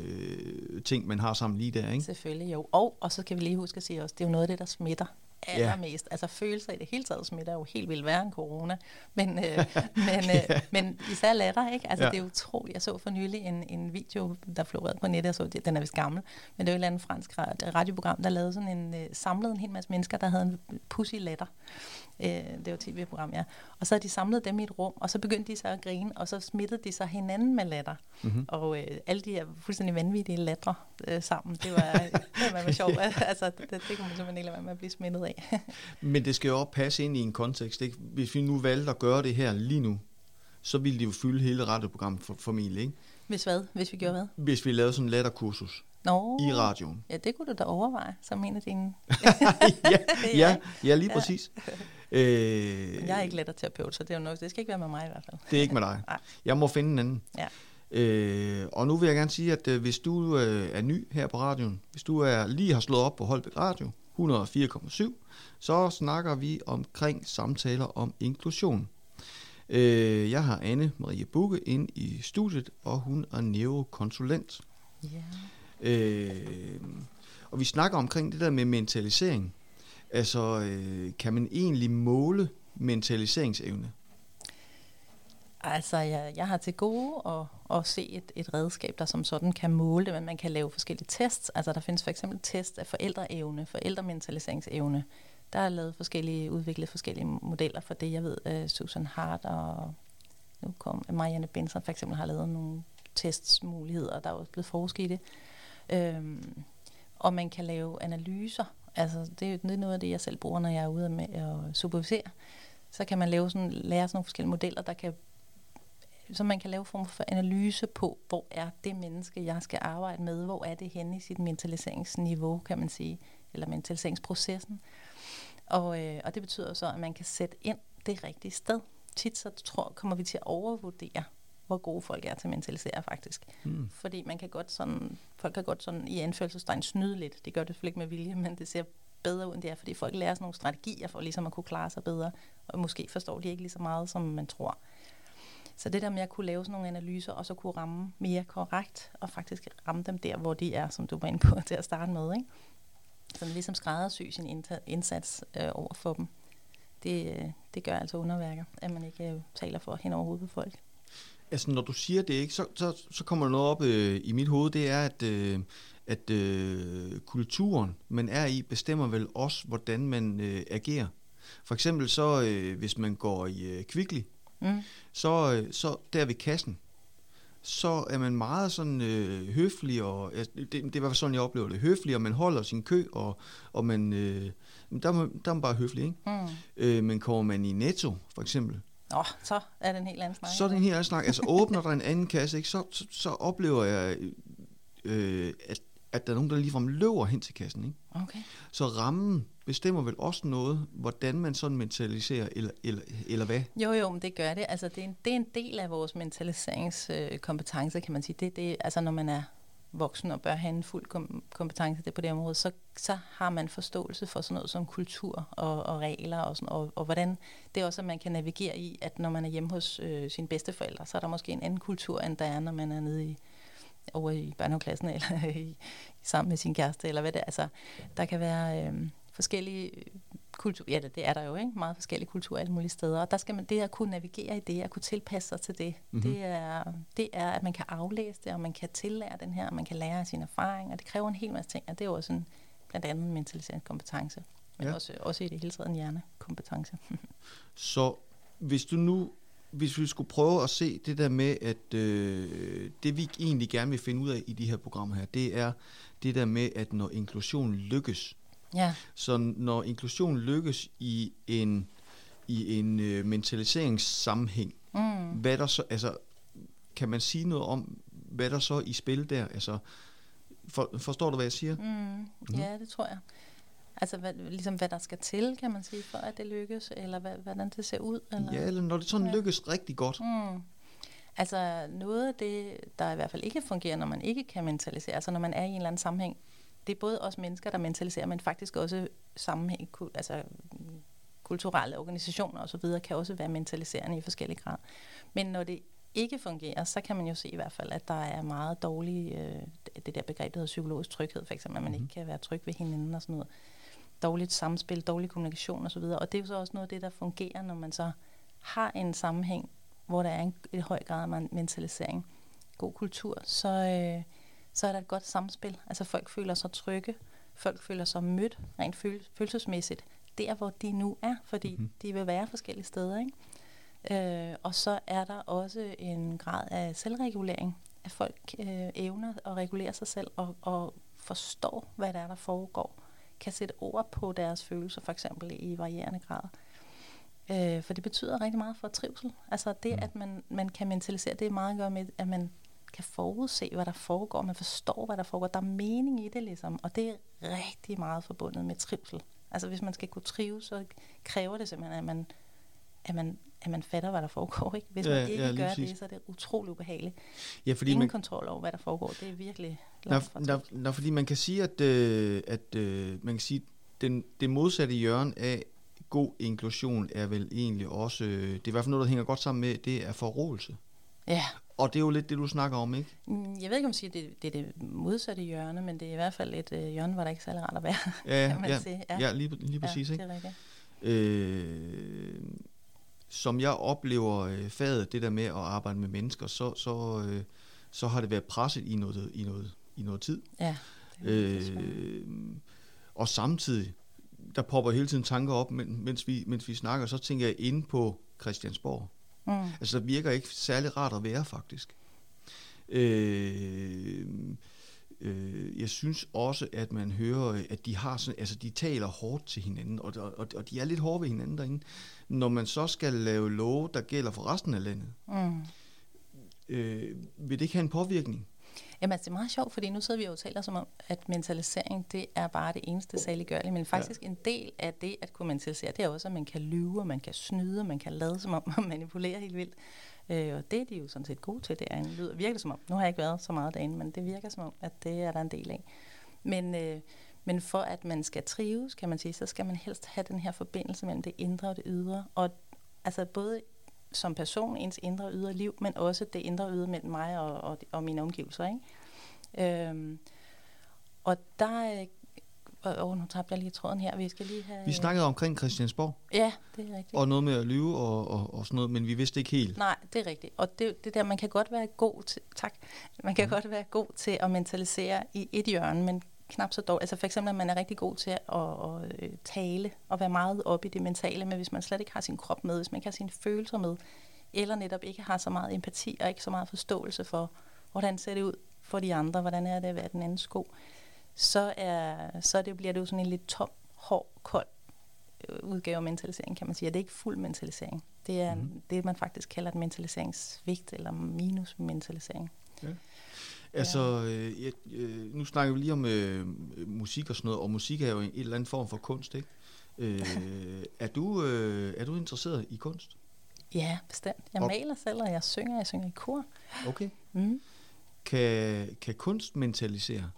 øh, ting, man har sammen lige der, ikke? Selvfølgelig, jo. Og, og så kan vi lige huske at sige også, det er jo noget af det, der smitter allermest. Ja. Altså følelser i det hele taget smitter jo helt vildt værre end corona. Men, øh, men, øh, ja. men især latter, ikke? Altså ja. det er utroligt. Jeg så for nylig en, en video, der florerede på nettet. Jeg så, den er vist gammel. Men det var et eller andet fransk radioprogram, der lavede sådan en, øh, samlede en hel masse mennesker, der havde en pussy latter. Øh, det var et tv-program, ja. Og så havde de samlet dem i et rum, og så begyndte de så at grine, og så smittede de så hinanden med latter. Mm-hmm. Og øh, alle de her fuldstændig vanvittige latter øh, sammen, det var, det var, var sjovt. Altså, det, det kunne man simpelthen ikke lade være med at blive smittet af. Men det skal jo også passe ind i en kontekst, ikke? Hvis vi nu valgte at gøre det her lige nu, så ville det jo fylde hele radioprogrammet for, formentlig, ikke? Hvis hvad? Hvis vi gjorde hvad? Hvis vi lavede sådan en latterkursus. Nå, i radioen. Ja, det kunne du da overveje, som en af dine... ja, ja, ja, lige præcis. Ja. Øh, jeg er ikke latterterapeut, så det, er jo noget, det skal ikke være med mig i hvert fald. Det er ikke med dig. Nej. Jeg må finde en anden. Ja. Øh, og nu vil jeg gerne sige, at øh, hvis du øh, er ny her på radioen, hvis du er lige har slået op på Holbæk Radio, et hundrede og fire komma syv, så snakker vi omkring samtaler om inklusion. Øh, jeg har Anne Marie Bugge inde i studiet, og hun er neurokonsulent. Yeah. Øh, og vi snakker omkring det der med mentalisering. Altså, øh, kan man egentlig måle mentaliseringsevne? Altså, jeg, jeg har til gode at, at se et, et redskab, der som sådan kan måle det, men man kan lave forskellige tests. Altså, der findes for eksempel test af forældreevne, forældrementaliseringsevne. Der er lavet forskellige, udviklet forskellige modeller for det. Jeg ved, uh, Susan Hart og nu kom Marianne Benson for eksempel har lavet nogle testsmuligheder, der er også blevet forsket i det. Øhm, og man kan lave analyser. Altså, det er jo noget af det, jeg selv bruger, når jeg er ude med at supervisere. Så kan man lave sådan, lære sådan nogle forskellige modeller, der kan, så man kan lave form for analyse på, hvor er det menneske, jeg skal arbejde med, hvor er det henne i sit mentaliseringsniveau, kan man sige, eller mentaliseringsprocessen. Og, øh, og det betyder så, at man kan sætte ind det rigtige sted. Tit så tror, kommer vi til at overvurdere, hvor gode folk er til at mentalisere faktisk. Mm. Fordi man kan godt sådan, folk kan godt sådan i anførselstegn snyde lidt. Det gør det selvfølgelig ikke med vilje, men det ser bedre ud end det er, fordi folk lærer sådan nogle strategier for ligesom at kunne klare sig bedre, og måske forstår de ikke lige så meget, som man tror. Så det der med at kunne lave sådan nogle analyser, og så kunne ramme mere korrekt, og faktisk ramme dem der, hvor de er, som du var inde på til at starte med, ikke? Så man ligesom skræddersy sin indsats øh, over for dem. Det, det gør altså underværker, at man ikke øh, taler for hen over hovedet på folk. Altså, når du siger det, ikke, så, så, så kommer der noget op øh, i mit hoved, det er, at, øh, at øh, kulturen, man er i, bestemmer vel også, hvordan man øh, agerer. For eksempel så, øh, hvis man går i øh, Kvickly, mm. så, øh, så der ved kassen, så er man meget sådan øh, høflig, og altså, det, det er i hvert fald sådan, jeg oplever det, høflig, og man holder sin kø, og, og man, øh, der, er man, der er man bare høflig, ikke? Mm. Øh, men kommer man i Netto, for eksempel, Åh, oh, så er det en helt anden snak. Så er det en helt anden snak. Altså åbner der en anden kasse, ikke, så, så, så oplever jeg, øh, at, at der er nogen, der ligefrem løber hen til kassen. Ikke? Okay. Så rammen bestemmer vel også noget, hvordan man sådan mentaliserer, eller, eller, eller hvad? Jo, jo, men det gør det. Altså, det er en, det er en del af vores mentaliseringskompetence, kan man sige. Det, det, altså, når man er voksen og bør have en fuld kom- kompetence det på det område, så, så har man forståelse for sådan noget som kultur og, og regler, og, sådan, og, og hvordan det er også, at man kan navigere i, at når man er hjemme hos øh, sine bedsteforældre, så er der måske en anden kultur, end der er, når man er nede i, over i børnehaveklassen, eller i, sammen med sin kæreste, eller hvad det er. Altså, der kan være øh, forskellige kultur, ja, det er der jo, ikke? Meget forskellige kulturer alle mulige steder, og der skal man, det at kunne navigere i det, at kunne tilpasse sig til det, mm-hmm. det, er, det er, at man kan aflæse det, og man kan tillære den her, og man kan lære af sine erfaringer, det kræver en hel masse ting, og det er jo også en, blandt andet en mentaliseringskompetence. men ja. også, også i det hele taget en hjernekompetence. Så hvis du nu, hvis vi skulle prøve at se det der med, at øh, det vi egentlig gerne vil finde ud af i de her programmer her, det er det der med, at når inklusion lykkes, Ja. så når inklusion lykkes i en, i en øh, mentaliseringssammenhæng, mm. hvad der så, altså, kan man sige noget om, hvad der så i spil der, altså, for, forstår du, hvad jeg siger? Mm. Mm-hmm. Ja, det tror jeg. Altså, hvad, ligesom hvad der skal til, kan man sige, for at det lykkes, eller hvad, hvordan det ser ud? Eller? Ja, eller når det sådan ja. lykkes rigtig godt. Mm. Altså, noget af det, der i hvert fald ikke fungerer, når man ikke kan mentalisere, altså når man er i en eller anden sammenhæng, det er både os mennesker, der mentaliserer, men faktisk også sammenhæng, altså kulturelle organisationer osv., kan også være mentaliserende i forskellige grad. Men når det ikke fungerer, så kan man jo se i hvert fald, at der er meget dårlig, øh, det der begreb, der hedder psykologisk tryghed, for eksempel, at man mm-hmm. ikke kan være tryg ved hinanden og sådan noget. Dårligt samspil, dårlig kommunikation osv. Og det er jo så også noget af det, der fungerer, når man så har en sammenhæng, hvor der er en, en høj grad af mentalisering, god kultur, så, øh, så er der et godt samspil. Altså folk føler sig trygge, folk føler sig mødt, rent føl- følelsesmæssigt, der hvor de nu er, fordi mm-hmm. de vil være forskellige steder, ikke? Øh, og så er der også en grad af selvregulering, at folk øh, evner at regulere sig selv og, og forstår, hvad der er, der foregår, kan sætte ord på deres følelser, for eksempel i varierende grad. Øh, for det betyder rigtig meget for trivsel. Altså det, mm. at man, man kan mentalisere, det er meget godt med, at man kan forudse, hvad der foregår, man forstår, hvad der foregår, der er mening i det ligesom, og det er rigtig meget forbundet med trivsel. Altså hvis man skal kunne trives, så kræver det simpelthen, at man at man, at man fatter, hvad der foregår. Ikke? Hvis ja, man ikke ja, gør præcis. det, så er det utrolig ubehageligt. Ja, fordi Ingen man, kontrol over, hvad der foregår. Det er virkelig langt fra trivsel. Når, når, fordi man kan sige, at, øh, at øh, man kan sige, den, det modsatte hjørne af god inklusion er vel egentlig også, øh, det er i hvert fald noget, der hænger godt sammen med, det er forrådelse. Ja. Og det er jo lidt det, du snakker om, ikke? Jeg ved ikke, om jeg siger, at det, det er det modsatte hjørne, men det er i hvert fald et øh, hjørne, hvor der ikke er særlig rart at være. Ja, kan man ja, sige. ja. ja lige, lige præcis. Ja, ikke? det er rigtigt. Øh, som jeg oplever øh, faget, det der med at arbejde med mennesker, så, så, øh, så har det været presset i noget, i noget, i noget tid. Ja. Øh, og samtidig, der popper hele tiden tanker op, mens vi, mens vi snakker, så tænker jeg inde på Christiansborg. Mm. Altså, det virker ikke særlig rart at være, faktisk. Øh, øh, jeg synes også, at man hører, at de har sådan, altså, de taler hårdt til hinanden, og, og, og de er lidt hårde ved hinanden derinde. Når man så skal lave love, der gælder for resten af landet, mm. øh, vil det ikke have en påvirkning? Jamen altså, det er meget sjovt, fordi nu sidder vi jo og taler som om, at mentalisering, det er bare det eneste saliggørlige, men faktisk ja. en del af det at kunne mentalisere, det er også, at man kan lyve, man kan snyde, man kan lade som om, man manipulerer helt vildt. Øh, og det er de jo sådan set gode til, det er en lyd. Virker det som om, nu har jeg ikke været så meget derinde, men det virker som om, at det er der en del af. Men, øh, men for at man skal trives, kan man sige, så skal man helst have den her forbindelse mellem det indre og det ydre, og altså både som person, ens indre og ydre liv, men også det indre og ydre mellem mig og, og, og mine omgivelser, ikke? Øhm, og der, åh, nu tabte jeg lige tråden her, vi skal lige have... Vi snakkede omkring Christiansborg. Ja, det er rigtigt. Og noget med at lyve og, og, og sådan noget, men vi vidste ikke helt. Nej, det er rigtigt. Og det, det der, man kan godt være god til, tak, man kan mm. godt være god til at mentalisere i et hjørne, men knap så dårligt. Altså for eksempel, at man er rigtig god til at, at, at tale og være meget oppe i det mentale, men hvis man slet ikke har sin krop med, hvis man ikke har sine følelser med, eller netop ikke har så meget empati og ikke så meget forståelse for, hvordan ser det ud for de andre, hvordan er det at være den anden sko, så, er, så det, bliver det jo sådan en lidt tom, hård, kold udgave af mentalisering, kan man sige. Og det er ikke fuld mentalisering. Det er mm. det, man faktisk kalder et mentaliseringssvigt, eller minus-mentalisering. Ja. Altså, øh, jeg, øh, nu snakker vi lige om øh, musik og sådan noget, og musik er jo en, en eller anden form for kunst, ikke? Øh, er, du, øh, er du interesseret i kunst? Ja, bestemt. Jeg og maler selv, og jeg synger, jeg synger i kor. Okay. Mm. Kan, kan kunst mentalisere?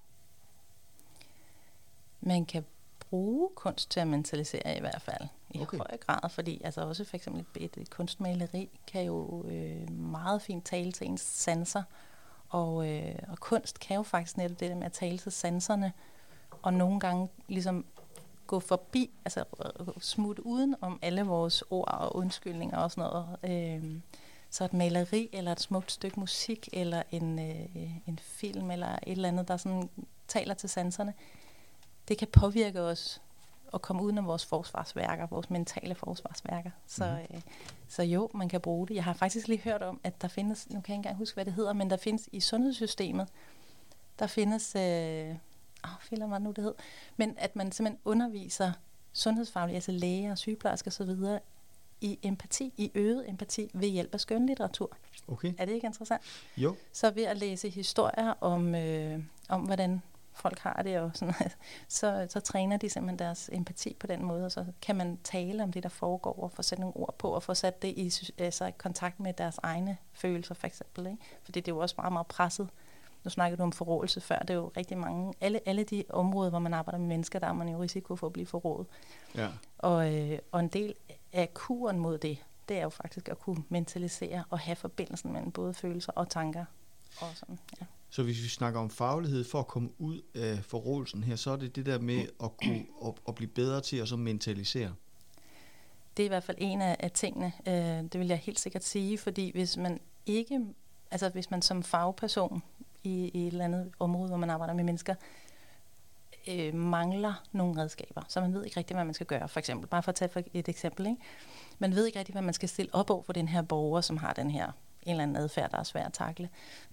Man kan bruge kunst til at mentalisere i hvert fald, i okay. høj grad, fordi altså også for eksempel et, et kunstmaleri kan jo øh, meget fint tale til ens sanser, og, øh, og kunst kan jo faktisk netop det der med at tale til sanserne, og nogle gange ligesom gå forbi, altså smutte uden om alle vores ord og undskyldninger og sådan noget. Øh, så et maleri, eller et smukt stykke musik, eller en, øh, en film, eller et eller andet, der sådan taler til sanserne, det kan påvirke os at komme uden af vores forsvarsværker, vores mentale forsvarsværker. Så, Mhm. øh, så jo, man kan bruge det. Jeg har faktisk lige hørt om, at der findes, nu kan jeg ikke engang huske, hvad det hedder, men der findes i sundhedssystemet, der findes, øh, åh, filer mig nu det hed, men at man simpelthen underviser sundhedsfaglige, altså læger og sygeplejersker osv., i empati, i øget empati ved hjælp af skønlitteratur. Okay. Er det ikke interessant? Jo. Så ved at læse historier om, øh, om hvordan folk har det, og sådan, så, så træner de simpelthen deres empati på den måde, og så kan man tale om det, der foregår, og få sat nogle ord på, og få sat det i altså, kontakt med deres egne følelser, for eksempel. Ikke? Fordi det er jo også meget, meget presset. Nu snakkede du om forrådelse før, det er jo rigtig mange, alle, alle de områder, hvor man arbejder med mennesker, der er man jo risiko for at blive forrådet. Ja. Og, øh, og en del af kuren mod det, det er jo faktisk at kunne mentalisere og have forbindelsen mellem både følelser og tanker. Og sådan, ja. Så hvis vi snakker om faglighed for at komme ud af forrådelsen her, så er det det der med at kunne at, at blive bedre til at så mentalisere. Det er i hvert fald en af, af tingene, øh, det vil jeg helt sikkert sige, fordi hvis man ikke, altså hvis man som fagperson i, i et eller andet område, hvor man arbejder med mennesker, øh, mangler nogle redskaber, så man ved ikke rigtigt, hvad man skal gøre. For eksempel, bare for at tage et eksempel, ikke? Man ved ikke rigtigt, hvad man skal stille op over for den her borger, som har den her en eller anden adfærd, der er svær at takle.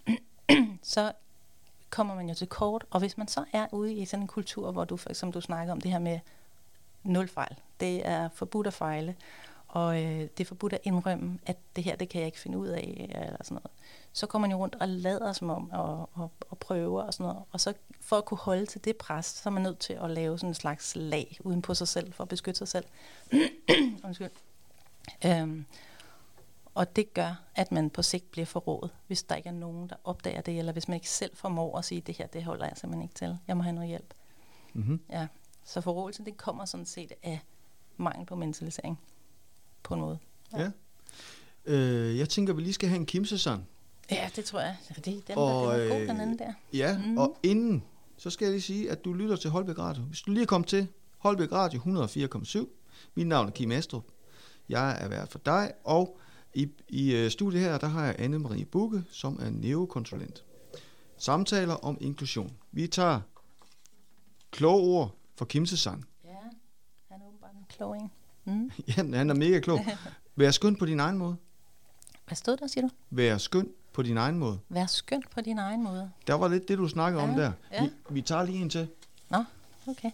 Så kommer man jo til kort, og hvis man så er ude i sådan en kultur, hvor du, som du snakker om, det her med nul fejl, det er forbudt at fejle, og øh, det er forbudt at indrømme, at det her, det kan jeg ikke finde ud af, eller sådan noget. Så kommer man jo rundt og lader som om, og, og, og prøver og sådan noget. Og så for at kunne holde til det pres, så er man nødt til at lave sådan en slags lag uden på sig selv, for at beskytte sig selv. Undskyld. Øhm, og det gør, at man på sigt bliver forrådet, hvis der ikke er nogen, der opdager det, eller hvis man ikke selv formår at sige, det her, det holder jeg simpelthen ikke til. Jeg må have noget hjælp. Mm-hmm. Ja. Så forrådelsen, det kommer sådan set af mangel på mentalisering. På en måde. Ja. Ja. Øh, jeg tænker, vi lige skal have en kimsesang. Ja, det tror jeg. Det, den, og, der, den er god, den anden der. Ja, mm. og inden, så skal jeg lige sige, at du lytter til Holbæk Radio. Hvis du lige er kommet til Holbæk Radio et hundrede og fire komma syv. Mit navn er Kim Astrup. Jeg er vært for dig, og i, i studiet her, der har jeg Anne-Marie Bugge, som er neokonsulent. Samtaler om inklusion. Vi tager kloge ord for kimsesang. Ja, han er åbenbart en klog en. Mm. Ja, han er mega klog. Vær skøn på din egen måde. Hvad stod der, siger du? Vær skøn på din egen måde. Vær skøn på din egen måde. Der var lidt det, du snakkede ja, om der. Ja. Vi, vi tager lige en til. Nå, okay.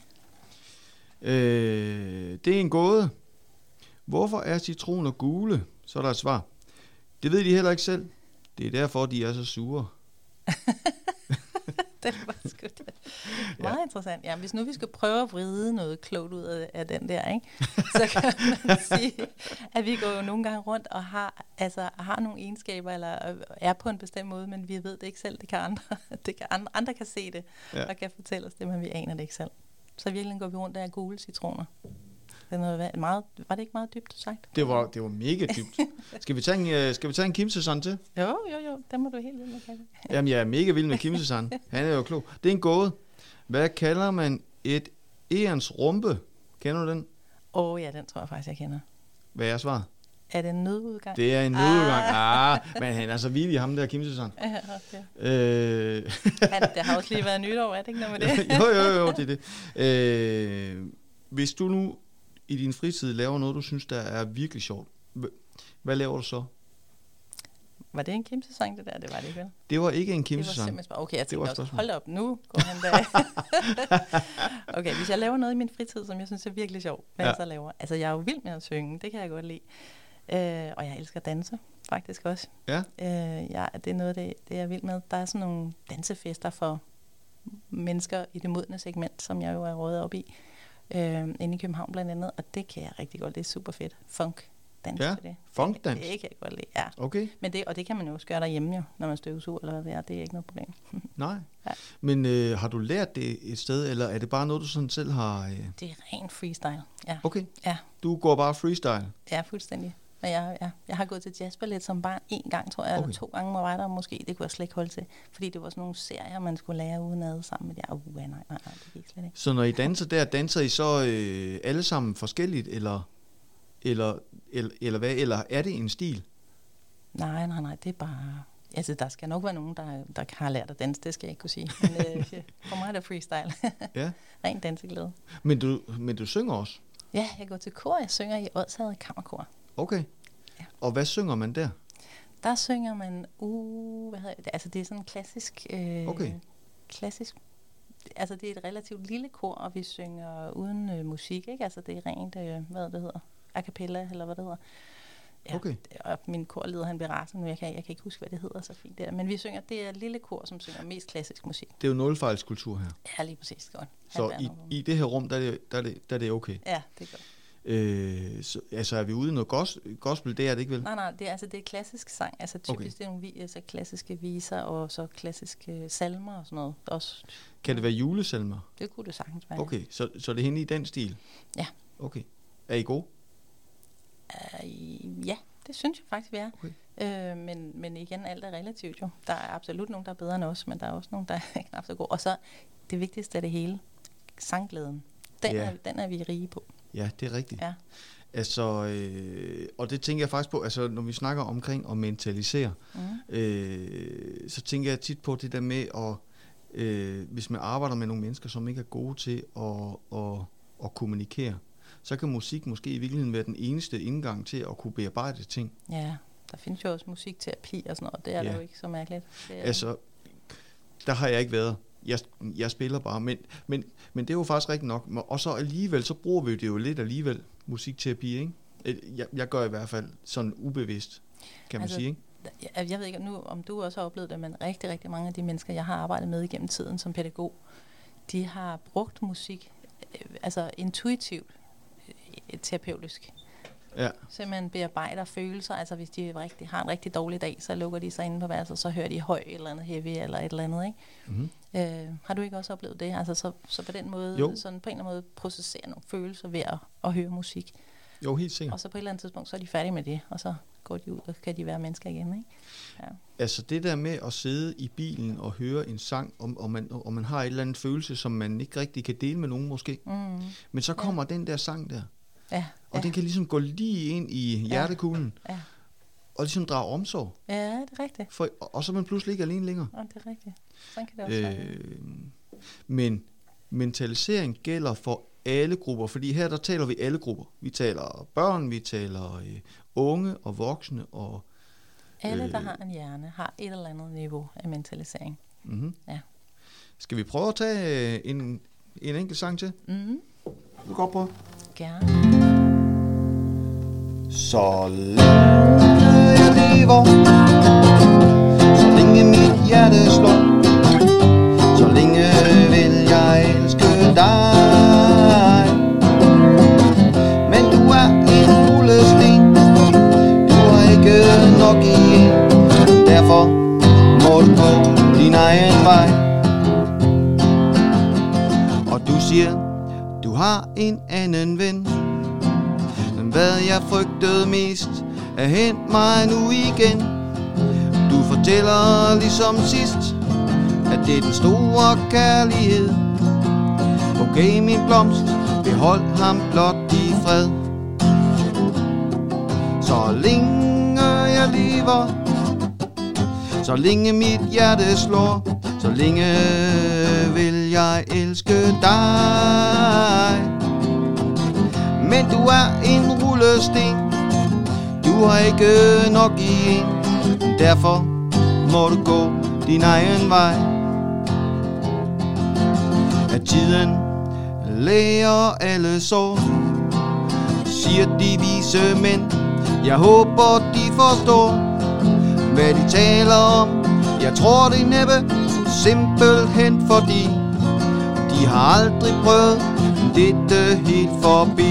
Øh, det er en gåde. Hvorfor er citroner gule? Så er der et svar. Det ved de heller ikke selv. Det er derfor, de er så sure. Det var sgu det. Meget ja. Interessant. Ja, hvis nu vi skal prøve at vride noget klogt ud af, af den der, ikke? Så kan man sige, at vi går jo nogle gange rundt og har, altså, har nogle egenskaber, eller er på en bestemt måde, men vi ved det ikke selv. Det kan andre, det kan andre, andre kan se det, ja. Og kan fortælle os det, men vi aner det ikke selv. Så virkelig går vi rundt og er gule citroner. Det er noget meget, var det ikke meget dybt sagt? Det var, det var mega dybt. Skal vi tage en, skal vi tage en kimsesang til? Jo, jo, jo. Den må du helt vildt med, Kalle. Jamen, jeg er mega vild med kimsesang. Han er jo klog. Det er en gåde. Hvad kalder man et egerns rumpe? Kender du den? Åh oh, ja, den tror jeg faktisk, jeg kender. Hvad er svaret? Er det en nødudgang? Det er en nødudgang. Ah, ah men han er så vild i ham der kimsesang. Ja, okay. øh. Han, det har også lige været nytår, er det ikke noget med det? jo, jo, jo, det er det. Øh, hvis du nu i din fritid laver noget, du synes, der er virkelig sjovt, hvad laver du så? Var det en kimsesang, det der? Det var det ikke, vel? Det var ikke en kimsesang. Det var simpelthen bare, okay, jeg tænkte også, hold op, nu går han der. Okay, hvis jeg laver noget i min fritid, som jeg synes er virkelig sjovt, hvad ja. jeg så laver? Altså, jeg er jo vild med at synge, det kan jeg godt lide. Øh, og jeg elsker danse, faktisk også. Ja. Øh, ja, det er noget, det, det jeg er vild med. Der er sådan nogle dansefester for mennesker i det modne segment, som jeg jo er rådet op i. Øh, inde i København blandt andet, og det kan jeg rigtig godt. Det er super fedt. Funk dans ja, til det. funkdans. Det, det kan jeg godt lide, ja. Okay. Men det, og det kan man jo også gøre derhjemme jo, når man støvsuger eller hvad det er. Det er ikke noget problem. Nej. Ja. Men øh, har du lært det et sted, eller er det bare noget, du sådan selv har... Øh... Det er rent freestyle, ja. Okay. Ja. Du går bare freestyle? Ja, fuldstændig. Og jeg, ja, jeg har gået til jazzballet som barn en gang, tror jeg, okay. eller to gange må jeg der måske. Det kunne jeg slet ikke holde til, fordi det var sådan nogle serier, man skulle lære udenad sammen med jer. Uh, nej, nej, nej, det gik slet ikke. Så når I danser der, danser I så øh, alle sammen forskelligt, eller, eller, eller, eller hvad? Eller er det en stil? Nej, nej, nej, det er bare... Altså, der skal nok være nogen, der, der har lært at danse, det skal jeg ikke kunne sige. Men øh, for mig er det freestyle. Ja. Ren danseglæde. Men du, men du synger også? Ja, jeg går til kor. Jeg synger i Odsherred Kammerkor. Okay. Ja. Og hvad synger man der? Der synger man, uh, hvad hedder det? Altså, det er sådan en klassisk... Øh, okay. Klassisk... Altså, det er et relativt lille kor, og vi synger uden øh, musik, ikke? Altså, det er rent, øh, hvad det hedder, a cappella, eller hvad det hedder. Ja, okay. Og min korleder, han bliver rasende nu, jeg kan, jeg kan ikke huske, hvad det hedder så fint der. Men vi synger, det er et lille kor, som synger mest klassisk musik. Det er jo nulfejlskultur her. Ja, lige præcis. Godt. Så i, i det her rum, der er det, der er det, der er det okay? Ja, det er godt. Øh, så, altså er vi ude i noget gos, gospel, det er det ikke vel? Nej, nej, det er, altså, det er klassisk sang. Altså typisk okay. Det er nogle vi, altså, klassiske viser, og så klassiske salmer og sådan noget. Også, kan det være julesalmer? Det kunne det sagtens være. Okay, så, så det er henne i den stil? Ja. Okay. Er I gode? Uh, ja, det synes jeg faktisk, vi er. Okay. Uh, men, men igen, alt er relativt jo. Der er absolut nogen, der er bedre end os, men der er også nogen, der er knap så gode. Og så det vigtigste af det hele, sangglæden. Den, ja. er, den er vi rige på. Ja, det er rigtigt. Ja. Altså, øh, og det tænker jeg faktisk på, altså når vi snakker omkring at mentalisere, mm. øh, så tænker jeg tit på det der med, at øh, hvis man arbejder med nogle mennesker, som ikke er gode til at, at, at kommunikere, så kan musik måske i virkeligheden være den eneste indgang til at kunne bearbejde ting. Ja, der findes jo også musikterapi og sådan noget, det er ja. jo ikke så mærkeligt. Det er altså, der har jeg ikke været. Jeg, jeg spiller bare, men, men, men det er jo faktisk rigtigt nok. Og så alligevel, så bruger vi det jo lidt alligevel, musikterapi, ikke? Jeg, jeg gør i hvert fald sådan ubevidst, kan man altså, sige, ikke? Jeg, jeg ved ikke nu, om du også har oplevet det, men rigtig, rigtig mange af de mennesker, jeg har arbejdet med igennem tiden som pædagog, de har brugt musik, altså intuitivt, terapeutisk. Ja. Simpelthen bearbejder følelser, altså hvis de rigtig, har en rigtig dårlig dag, så lukker de sig inde på værelset, så hører de høj eller andet heavy eller et eller andet, ikke? Mm-hmm. Øh, har du ikke også oplevet det? Altså så, så på den måde, sådan på en eller anden måde processere nogle følelser ved at, at høre musik. Jo, helt sikkert. Og så på et eller andet tidspunkt, så er de færdige med det, og så går de ud, og kan de være mennesker igen, ikke? Ja. Altså det der med at sidde i bilen og høre en sang, og, og, man, og man har et eller andet følelse, som man ikke rigtig kan dele med nogen måske, mm. men så kommer ja. den der sang der, ja. og ja. den kan ligesom gå lige ind i hjertekuglen, ja. Ja. og ligesom drage omsorg. Ja, det er rigtigt. For, og, og så er man pludselig ikke alene længere. Ja, det er rigtigt. Sådan kan det også være. Øh, men mentalisering gælder for alle grupper, fordi her der taler vi alle grupper. Vi taler børn, vi taler øh, unge og voksne. Og, alle, øh, der har en hjerne, har et eller andet niveau af mentalisering. Mm-hmm. Ja. Skal vi prøve at tage øh, en, en enkelt sang til? Mm-hmm. Vil du godt prøve? Gerne. Så længe jeg lever, så længe mit hjerte slår, så længe vil jeg elske dig. Men du er en rullesten, du har ikke nok i en, derfor må du gå din egen vej. Og du siger, du har en anden ven, men hvad jeg frygtede mest er hent mig nu igen. Du fortæller ligesom sidst, at det er den store kærlighed. Okay, min blomst, behold ham blot i fred. Så længe jeg lever, så længe mit hjerte slår, så længe vil jeg elske dig. Men du er en rullesten, du har ikke nok i en, derfor må du gå din egen vej. At tiden læger alle sår, siger de vise mænd. Jeg håber de forstår, hvad de taler om. Jeg tror det næppe, simpelthen fordi de har aldrig prøvet dette helt forbi.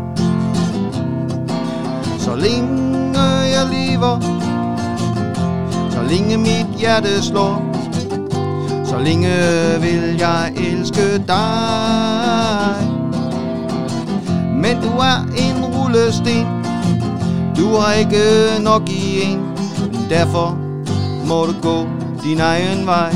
Så længe jeg lever, så længe mit hjerte slår, så længe vil jeg elske dig. Men du er en rullesten, du har ikke nok i en, derfor må du gå din egen vej.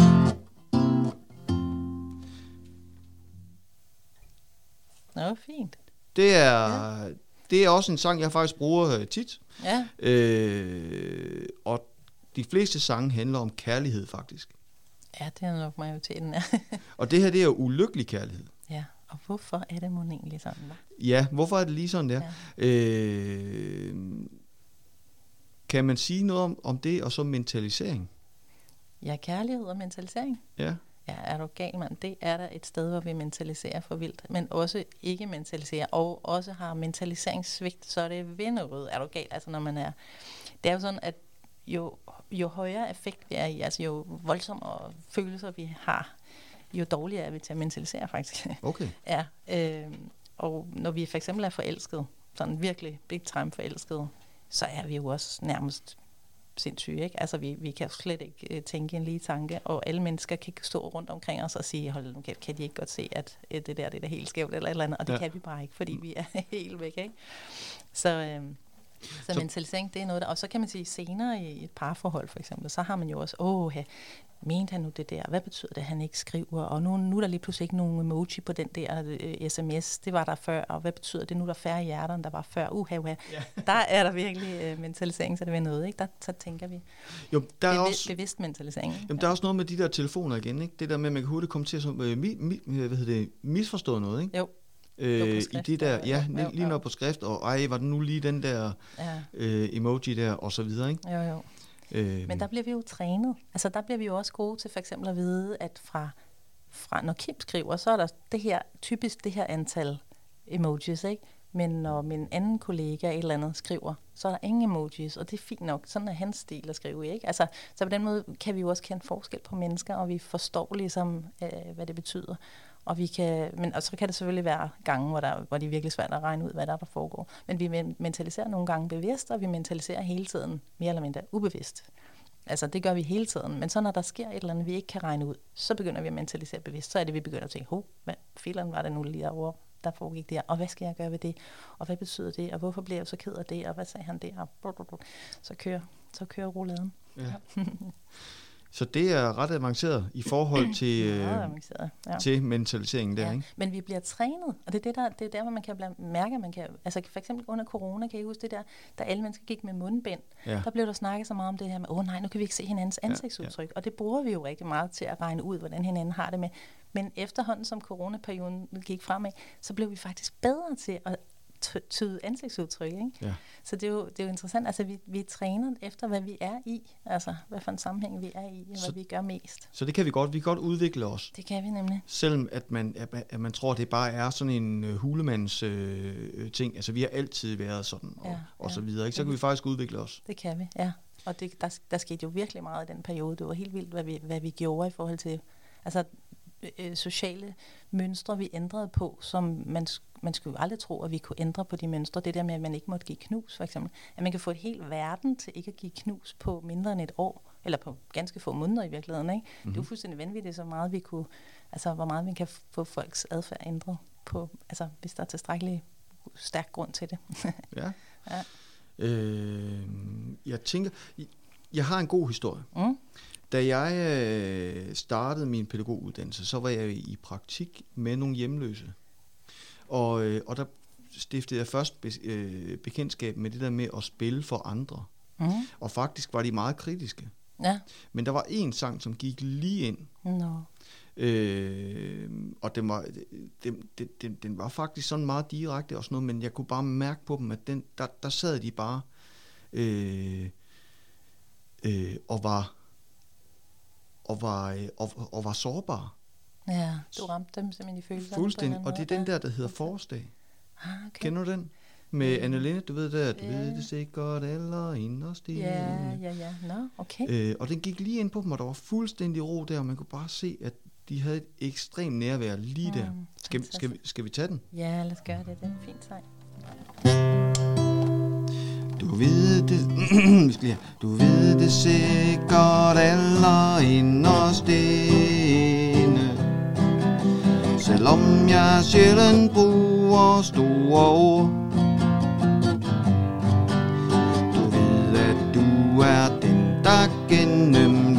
Nå, fint. Det er, ja. det er også en sang, jeg faktisk bruger tit. Ja. Øh, og de fleste sange handler om kærlighed faktisk. Ja, det er nok majoriteten, ja. Og det her, det er jo ulykkelig kærlighed. Ja, og hvorfor er det mon egentlig sådan, hva'? Ja, hvorfor er det lige sådan der? Ja. Øh, kan man sige noget om, om det, og så mentalisering? Ja, kærlighed og mentalisering. Ja. Ja, er du gal, mand? Det er der et sted, hvor vi mentaliserer for vildt, men også ikke mentaliserer, og også har mentaliseringssvigt, så er det vinderød. Er du gal? Altså, når man er... Det er jo sådan, at jo, jo højere effekt vi er i, altså jo voldsommere følelser vi har, jo dårligere er vi til at mentalisere, faktisk. Okay. Ja, øh, og når vi for eksempel er forelsket, sådan virkelig big time forelsket, så er vi jo også nærmest sindssyge, ikke? Altså, vi, vi kan jo slet ikke uh, tænke en lige tanke, og alle mennesker kan ikke stå rundt omkring os og sige, hold nu, kan, kan de ikke godt se, at uh, det der, det er da helt skævt, eller et eller andet, og det ja. kan vi bare ikke, fordi vi er helt væk, ikke? Så... Øh, Så, så mentalisering, det er noget der, og så kan man sige senere i et parforhold for eksempel, så har man jo også, åh, ja, mente han nu det der, hvad betyder det, at han ikke skriver, og nu, nu er der lige pludselig ikke nogen emoji på den der uh, sms, det var der før, og hvad betyder det, nu er der færre hjerter, end der var før, uha, uha. Ja. Der er der virkelig uh, mentalisering, så det er noget, ikke? Der, så tænker vi, jo, der er Bevi- også, bevidst mentalisering. Ikke? Jamen, der er også noget med de der telefoner igen, ikke? Det der med, at man kan hurtigt komme til at som, uh, mi, mi, hvad hedder det, misforstå noget, ikke? Jo. Øh, i det der, ja, ja, lige noget på skrift, og ej, var det nu lige den der ja. øh, emoji der, og så videre, ikke? Jo, jo. Øh. Men der bliver vi jo trænet. Altså, der bliver vi jo også gode til for eksempel at vide, at fra, fra når Kim skriver, så er der det her, typisk det her antal emojis, ikke? Men når min anden kollega et eller andet skriver, så er der ingen emojis, og det er fint nok. Sådan er hans stil at skrive, ikke? Altså, så på den måde kan vi jo også kende forskel på mennesker, og vi forstår ligesom, øh, hvad det betyder. Og, vi kan, men, og så kan det selvfølgelig være gange, hvor, der, hvor det er virkelig svært at regne ud, hvad der, er, der foregår. Men vi mentaliserer nogle gange bevidst, og vi mentaliserer hele tiden mere eller mindre ubevidst. Altså det gør vi hele tiden. Men så når der sker et eller andet, vi ikke kan regne ud, så begynder vi at mentalisere bevidst. Så er det, vi begynder at tænke, hov, hvad fileren var det nu lige derovre, der foregik der, og hvad skal jeg gøre ved det, og hvad betyder det, og hvorfor bliver jeg så ked af det, og hvad sagde han der, og så kører, så kører rouladen. Ja. Så det er ret avanceret i forhold til, øh, ja. til mentaliseringen der, ja. Ikke? Men vi bliver trænet, og det er, det der, det er der, hvor man kan mærke, man kan, altså for eksempel under corona, kan I huske det der, da alle mennesker gik med mundbind, ja. Der blev der snakket så meget om det her med, åh nej, nu kan vi ikke se hinandens ansigtsudtryk, ja, ja. Og det bruger vi jo rigtig meget til at regne ud, hvordan hinanden har det med. Men efterhånden, som coronaperioden gik fremad, så blev vi faktisk bedre til at tyde ansigtsudtryk, ikke? Ja. Så det er, jo, det er jo interessant. Altså, vi, vi er trænet efter, hvad vi er i. Altså, hvad for en sammenhæng vi er i, og så, hvad vi gør mest. Så det kan vi godt. Vi kan godt udvikle os. Det kan vi nemlig. Selvom at man, at man, at man tror, at det bare er sådan en uh, hulemands uh, ting. Altså, vi har altid været sådan, og, ja, og ja. Så videre. Ikke? Så kan vi faktisk udvikle os. Det kan vi, ja. Og det, der, der skete jo virkelig meget i den periode. Det var helt vildt, hvad vi, hvad vi gjorde i forhold til... Altså, øh, sociale mønstre, vi ændrede på, som man, man skulle jo aldrig tro, at vi kunne ændre på de mønstre. Det der med, at man ikke måtte give knus, for eksempel. At man kan få et helt verden til ikke at give knus på mindre end et år, eller på ganske få måneder i virkeligheden, ikke? Mm-hmm. Det er jo fuldstændig vanvittigt, så meget vi kunne, altså hvor meget vi kan få folks adfærd ændret på, altså hvis der er tilstrækkelig stærk grund til det. Ja. Ja. Øh, jeg tænker, jeg har en god historie. Mm. Da jeg øh, startede min pædagoguddannelse, så var jeg i praktik med nogle hjemløse. Og, øh, og der stiftede jeg først be, øh, bekendtskab med det der med at spille for andre. Mm. Og faktisk var de meget kritiske. Ja. Men der var en sang, som gik lige ind. No. Øh, og den var, den, den, den, den var faktisk sådan meget direkte og sådan noget, men jeg kunne bare mærke på dem, at den, der, der sad de bare øh, øh, og var og var, og, og var sårbare. Ja, du ramte dem simpelthen i følelserne. Fuldstændig, og det er den der, der hedder Forårsdag. Ah, okay. Kender du den? Med Anne Linde, du ved det, du yeah. ved det sikkert, eller inderst i. Ja, ja, ja, nå, okay. Øh, og den gik lige ind på dem, og der var fuldstændig ro der, og man kunne bare se, at de havde et ekstremt nærvær lige der. Mm, skal, vi, skal, vi, skal vi tage den? Ja, lad os gøre det, det er en fin sang. Du ved det, vi skal lige, du ved det sikkert, eller inderst inde. Selvom jeg sjældent bruger store ord. Du ved, at du er den, der gennem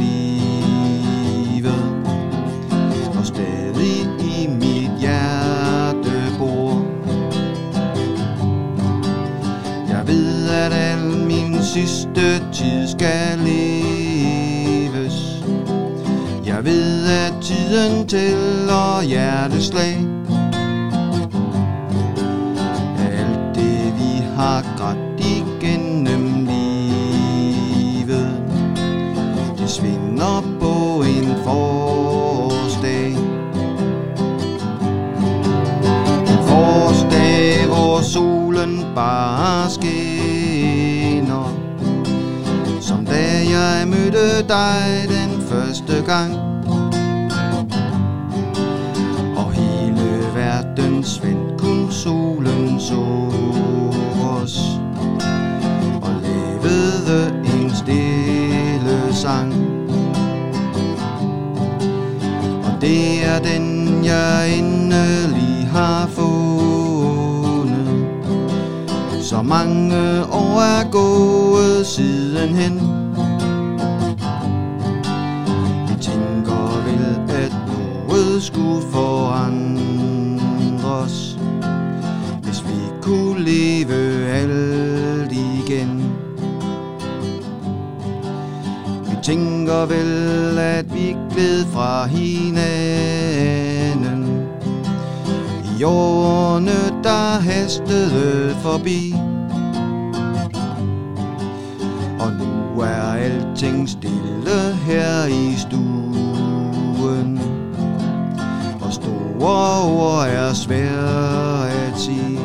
livet og stadig i mit hjerte bor. Jeg ved, at al min sidste tid skal leve os. Jeg ved, at tiden tæller hjerteslag. Alt det vi har grædt igennem livet, det svinder på en forårsdag. En forårsdag, hvor solen bare skinner, som da jeg mødte dig den første gang. Og hele verden svendt, kun solen så os og lavede en stille sang. Og det er den, jeg endelig har fundet. Så mange år er gået sidenhen. Vi tænker vel, at noget skulle forandres, hvis vi kunne leve alt igen. Vi tænker vel, at vi gled fra hinanden i årene, der hastede forbi. Og nu er alting stille her i stuen, og store ord er svære at sige.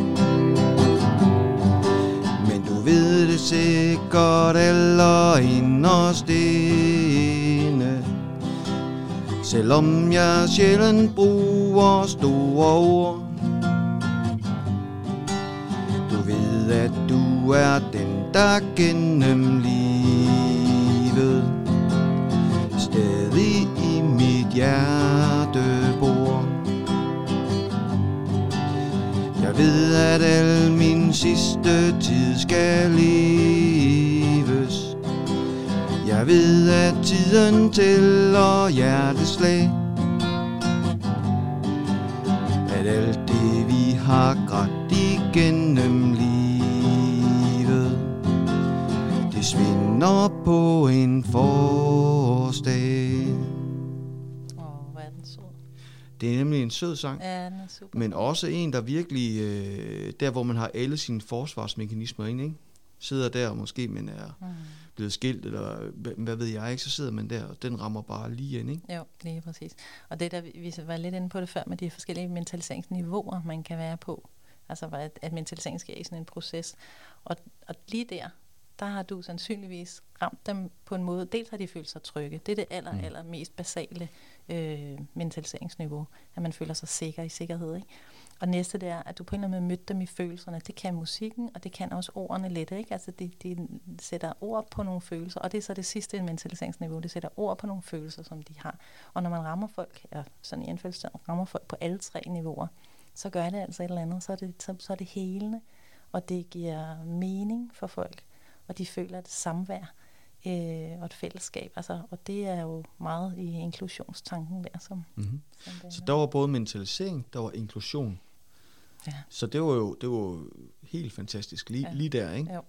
Men du ved det sikkert eller inderst inde, selvom jeg sjældent bruger store ord. Du ved, at du er den, der gennem livet stadig i mit hjerte bor. Jeg ved, at al min sidste tid skal leves. Jeg ved, at tiden tæller hjerteslag. At alt det vi har grædt igennem livet, det svinder på en forårsdag. Åh, hvad er den sød. Det er nemlig en sød sang, Ja, den er super. men også en, der virkelig, øh, der hvor man har alle sine forsvarsmekanismer inde, ikke? Sidder der og måske man er Mm. blevet skilt, eller hvad ved jeg ikke, så sidder man der, og den rammer bare lige ind, ikke? Jo, lige præcis. Og det der, vi var lidt inde på det før, med de forskellige mentaliseringsniveauer, man kan være på. Altså, at, at mentalisering sker i sådan en proces. Og, og lige der, der har du sandsynligvis ramt dem på en måde. Dels har de følt sig trygge. Det er det aller, aller mest basale øh, mentaliseringsniveau, at man føler sig sikker i sikkerhed, ikke? Og næste det er, at du på en eller anden måde mødte dem i følelserne. Det kan musikken, og det kan også ordene lidt, ikke? Altså, de, de sætter ord på nogle følelser, og det er så det sidste mentaliseringsniveau. Det sætter ord på nogle følelser, som de har. Og når man rammer folk, ja, sådan i anfældstegn, rammer folk på alle tre niveauer, så gør det altså et eller andet. Så er det, så, så er det helende, og det giver mening for folk, og de føler et samvær øh, og et fællesskab. Altså, og det er jo meget i inklusionstanken der. Som, Mm-hmm. som det Så der var både mentalisering, der var inklusion. Ja. Så det var jo det var jo helt fantastisk lige, Ja. lige der, ikke? Jo.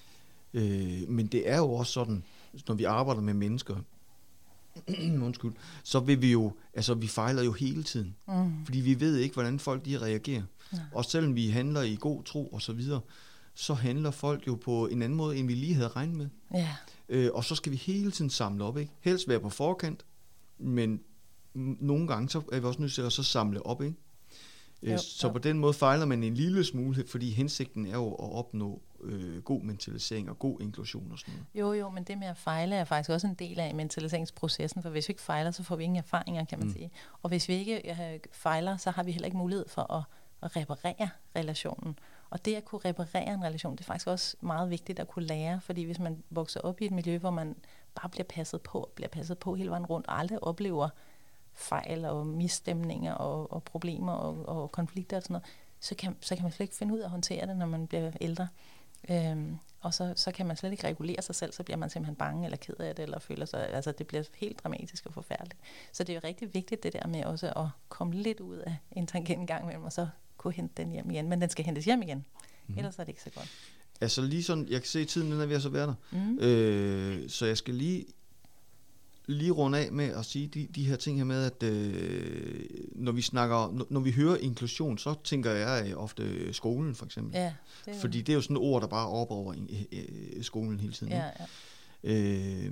Øh, men det er jo også sådan, når vi arbejder med mennesker, undskyld, så vil vi jo, altså vi fejler jo hele tiden, Mm. fordi vi ved ikke, hvordan folk de reagerer. Ja. Og selvom vi handler i god tro og så videre, så handler folk jo på en anden måde, end vi lige havde regnet med. Ja. Øh, og så skal vi hele tiden samle op, ikke? Helst være på forkant, men m- nogle gange så er vi også nødt til at så samle op, ikke? Øh, Jo, så jo. på den måde fejler man en lille smule, fordi hensigten er jo at opnå øh, god mentalisering og god inklusion og sådan noget. Jo, jo, men det med at fejle er faktisk også en del af mentaliseringsprocessen, for hvis vi ikke fejler, så får vi ingen erfaringer, kan man mm. sige. Og hvis vi ikke øh, fejler, så har vi heller ikke mulighed for at, at reparere relationen. Og det at kunne reparere en relation, det er faktisk også meget vigtigt at kunne lære, fordi hvis man vokser op i et miljø, hvor man bare bliver passet på, bliver passet på hele vejen rundt, og aldrig oplever fejl og misstemninger og, og problemer og, og konflikter og sådan noget, så kan, så kan man slet ikke finde ud af at håndtere det, når man bliver ældre. Øhm, og så, så kan man slet ikke regulere sig selv, så bliver man simpelthen bange eller ked af det, eller føler sig, altså det bliver helt dramatisk og forfærdeligt. Så det er jo rigtig vigtigt det der med også at komme lidt ud af en tangent en gang imellem, og så kunne hente den hjem igen. Men den skal hentes hjem igen, mm. ellers er det ikke så godt. Altså lige sådan, jeg kan se tiden, den er ved at så være der. Mm. Øh, så jeg skal lige lige runde af med at sige de, de her ting her med, at øh, når vi snakker, når, når vi hører inklusion, så tænker jeg øh, ofte skolen for eksempel. Ja, det er Fordi det er jo sådan et ord, der bare er op over øh, øh, skolen hele tiden. Ja, ja. Øh,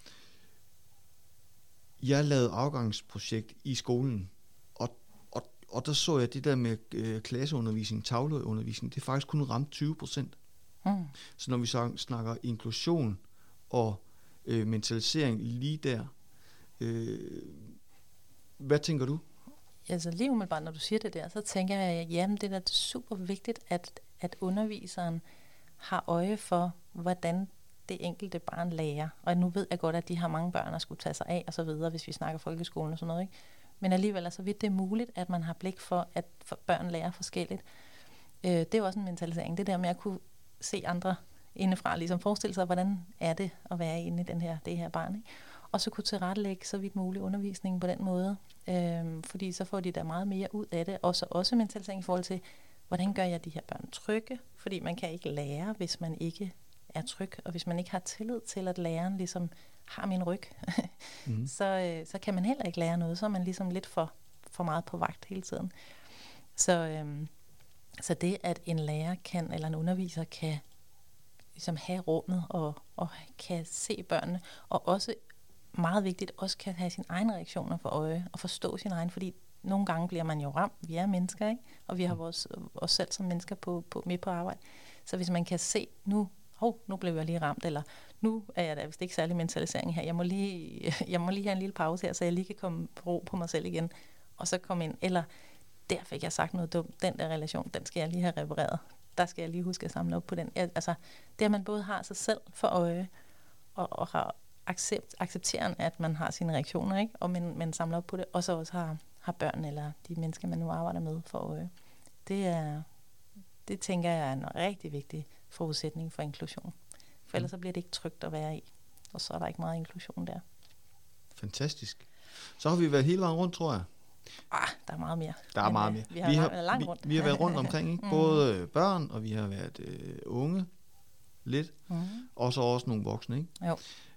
jeg lavede afgangsprojekt i skolen, og, og, og der så jeg det der med øh, klasseundervisning, tavleundervisning, det er faktisk kun ramt tyve procent. Mm. Så når vi så snakker inklusion og øh, mentalisering lige der, øh, hvad tænker du? Altså lige umiddelbart, når du siger det der, så tænker jeg, jamen det er da super vigtigt, at, at underviseren har øje for, hvordan det enkelte barn lærer. Og nu ved jeg godt, at de har mange børn at skulle tage sig af, og så videre, hvis vi snakker folkeskolen og sådan noget, ikke? Men alligevel er så vidt det er muligt, at man har blik for, at børn lærer forskelligt. Øh, det er jo også en mentalisering. Det der med at kunne se andre indefra, ligesom forestille sig, hvordan er det at være inde i den her, det her barn, ikke? Og så kunne tilrettelægge så vidt muligt undervisningen på den måde, øhm, fordi så får de da meget mere ud af det, og så også mentalisering i forhold til, hvordan gør jeg de her børn trygge, fordi man kan ikke lære, hvis man ikke er tryg, og hvis man ikke har tillid til, at læreren ligesom har min ryg, mm. så, øh, så kan man heller ikke lære noget, så er man ligesom lidt for, for meget på vagt hele tiden. Så, øhm, så det, at en lærer kan, eller en underviser kan ligesom have rummet, og, og kan se børnene, og også meget vigtigt, også kan have sine egne reaktioner for øje, og forstå sin egen, fordi nogle gange bliver man jo ramt, vi er mennesker, ikke? Og vi har vores, os selv som mennesker på, på, med på arbejde. Så hvis man kan se, nu, hov, nu blev jeg lige ramt, eller nu er jeg da vist ikke særlig mentalisering her, jeg må, lige, jeg må lige have en lille pause her, så jeg lige kan komme ro på mig selv igen, og så komme ind, eller der fik jeg sagt noget dumt, den der relation, den skal jeg lige have repareret, der skal jeg lige huske at samle op på den. Altså, det at man både har sig selv for øje, og, og har accept, accepterer, at man har sine reaktioner, ikke? Og man, man samler op på det, og så også har, har børn, eller de mennesker, man nu arbejder med for øje. Det er, det tænker jeg er en rigtig vigtig forudsætning for inklusion. For ellers så bliver det ikke trygt at være i, og så er der ikke meget inklusion der. Fantastisk. Så har vi været hele vejen rundt, tror jeg. Ah, der er meget mere. Der er Men, meget mere. Vi har, vi har været langt rundt. Vi, vi har været rundt omkring, ikke? Både øh, børn, og vi har været øh, unge, lidt, mm. og så også nogle voksne, ikke? Jo.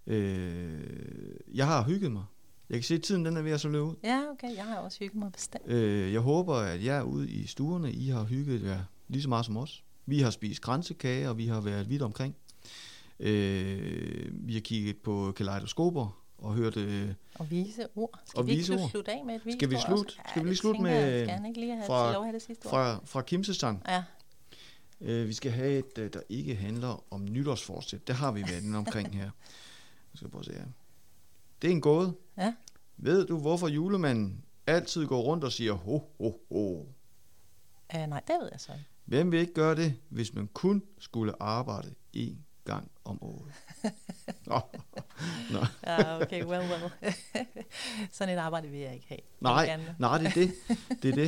Øh, jeg har hygget mig. Jeg kan se, at tiden den er ved at så løbe ud. Ja, okay. Jeg har også hygget mig bestemt. Øh, jeg håber, at jeg er ude i stuerne. I har hygget jer lige så meget som os. Vi har spist kransekage, og vi har været vidt omkring. Øh, vi har kigget på kaleidoskoper og hørt... Øh, og vise ord. Skal og vi vise ikke ord. slutte af med et vise Skal vi slutte? Ja, skal vi lige slutte med... Skal han ikke lige have fra, lov at have det sidste ord? Fra, fra Kimses sang. Ja. Øh, vi skal have et, der ikke handler om nytårsforsæt. Det har vi været inde omkring her. Jeg skal prøve at se her. Det er en gåde. Ja. Ved du, hvorfor julemanden altid går rundt og siger ho, ho, ho? Uh, nej, det ved jeg så ikke. Hvem vil ikke gøre det, hvis man kun skulle arbejde én gang om året? Nå. Nå. Ja, okay, well, well. Sådan et arbejde vil jeg ikke have. Nej, nej, det er det. Det er det.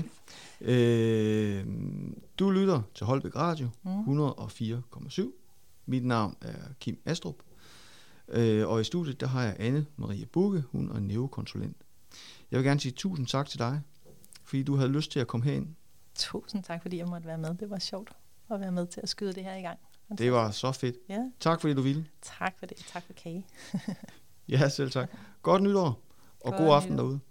Øh, du lytter til Holbæk Radio, mm. et hundrede og fire komma syv. Mit navn er Kim Astrup. Øh, og i studiet, der har jeg Anne Marie Bugge, hun er neurokonsulent. Jeg vil gerne sige tusind tak til dig, fordi du havde lyst til at komme herind. Tusind tak, fordi jeg måtte være med. Det var sjovt at være med til at skyde det her i gang. Det var så fedt. Ja. Tak fordi du ville. Tak for det. Tak for kage. Ja, selv tak. Godt nytår, og god, god aften nytår. Derude.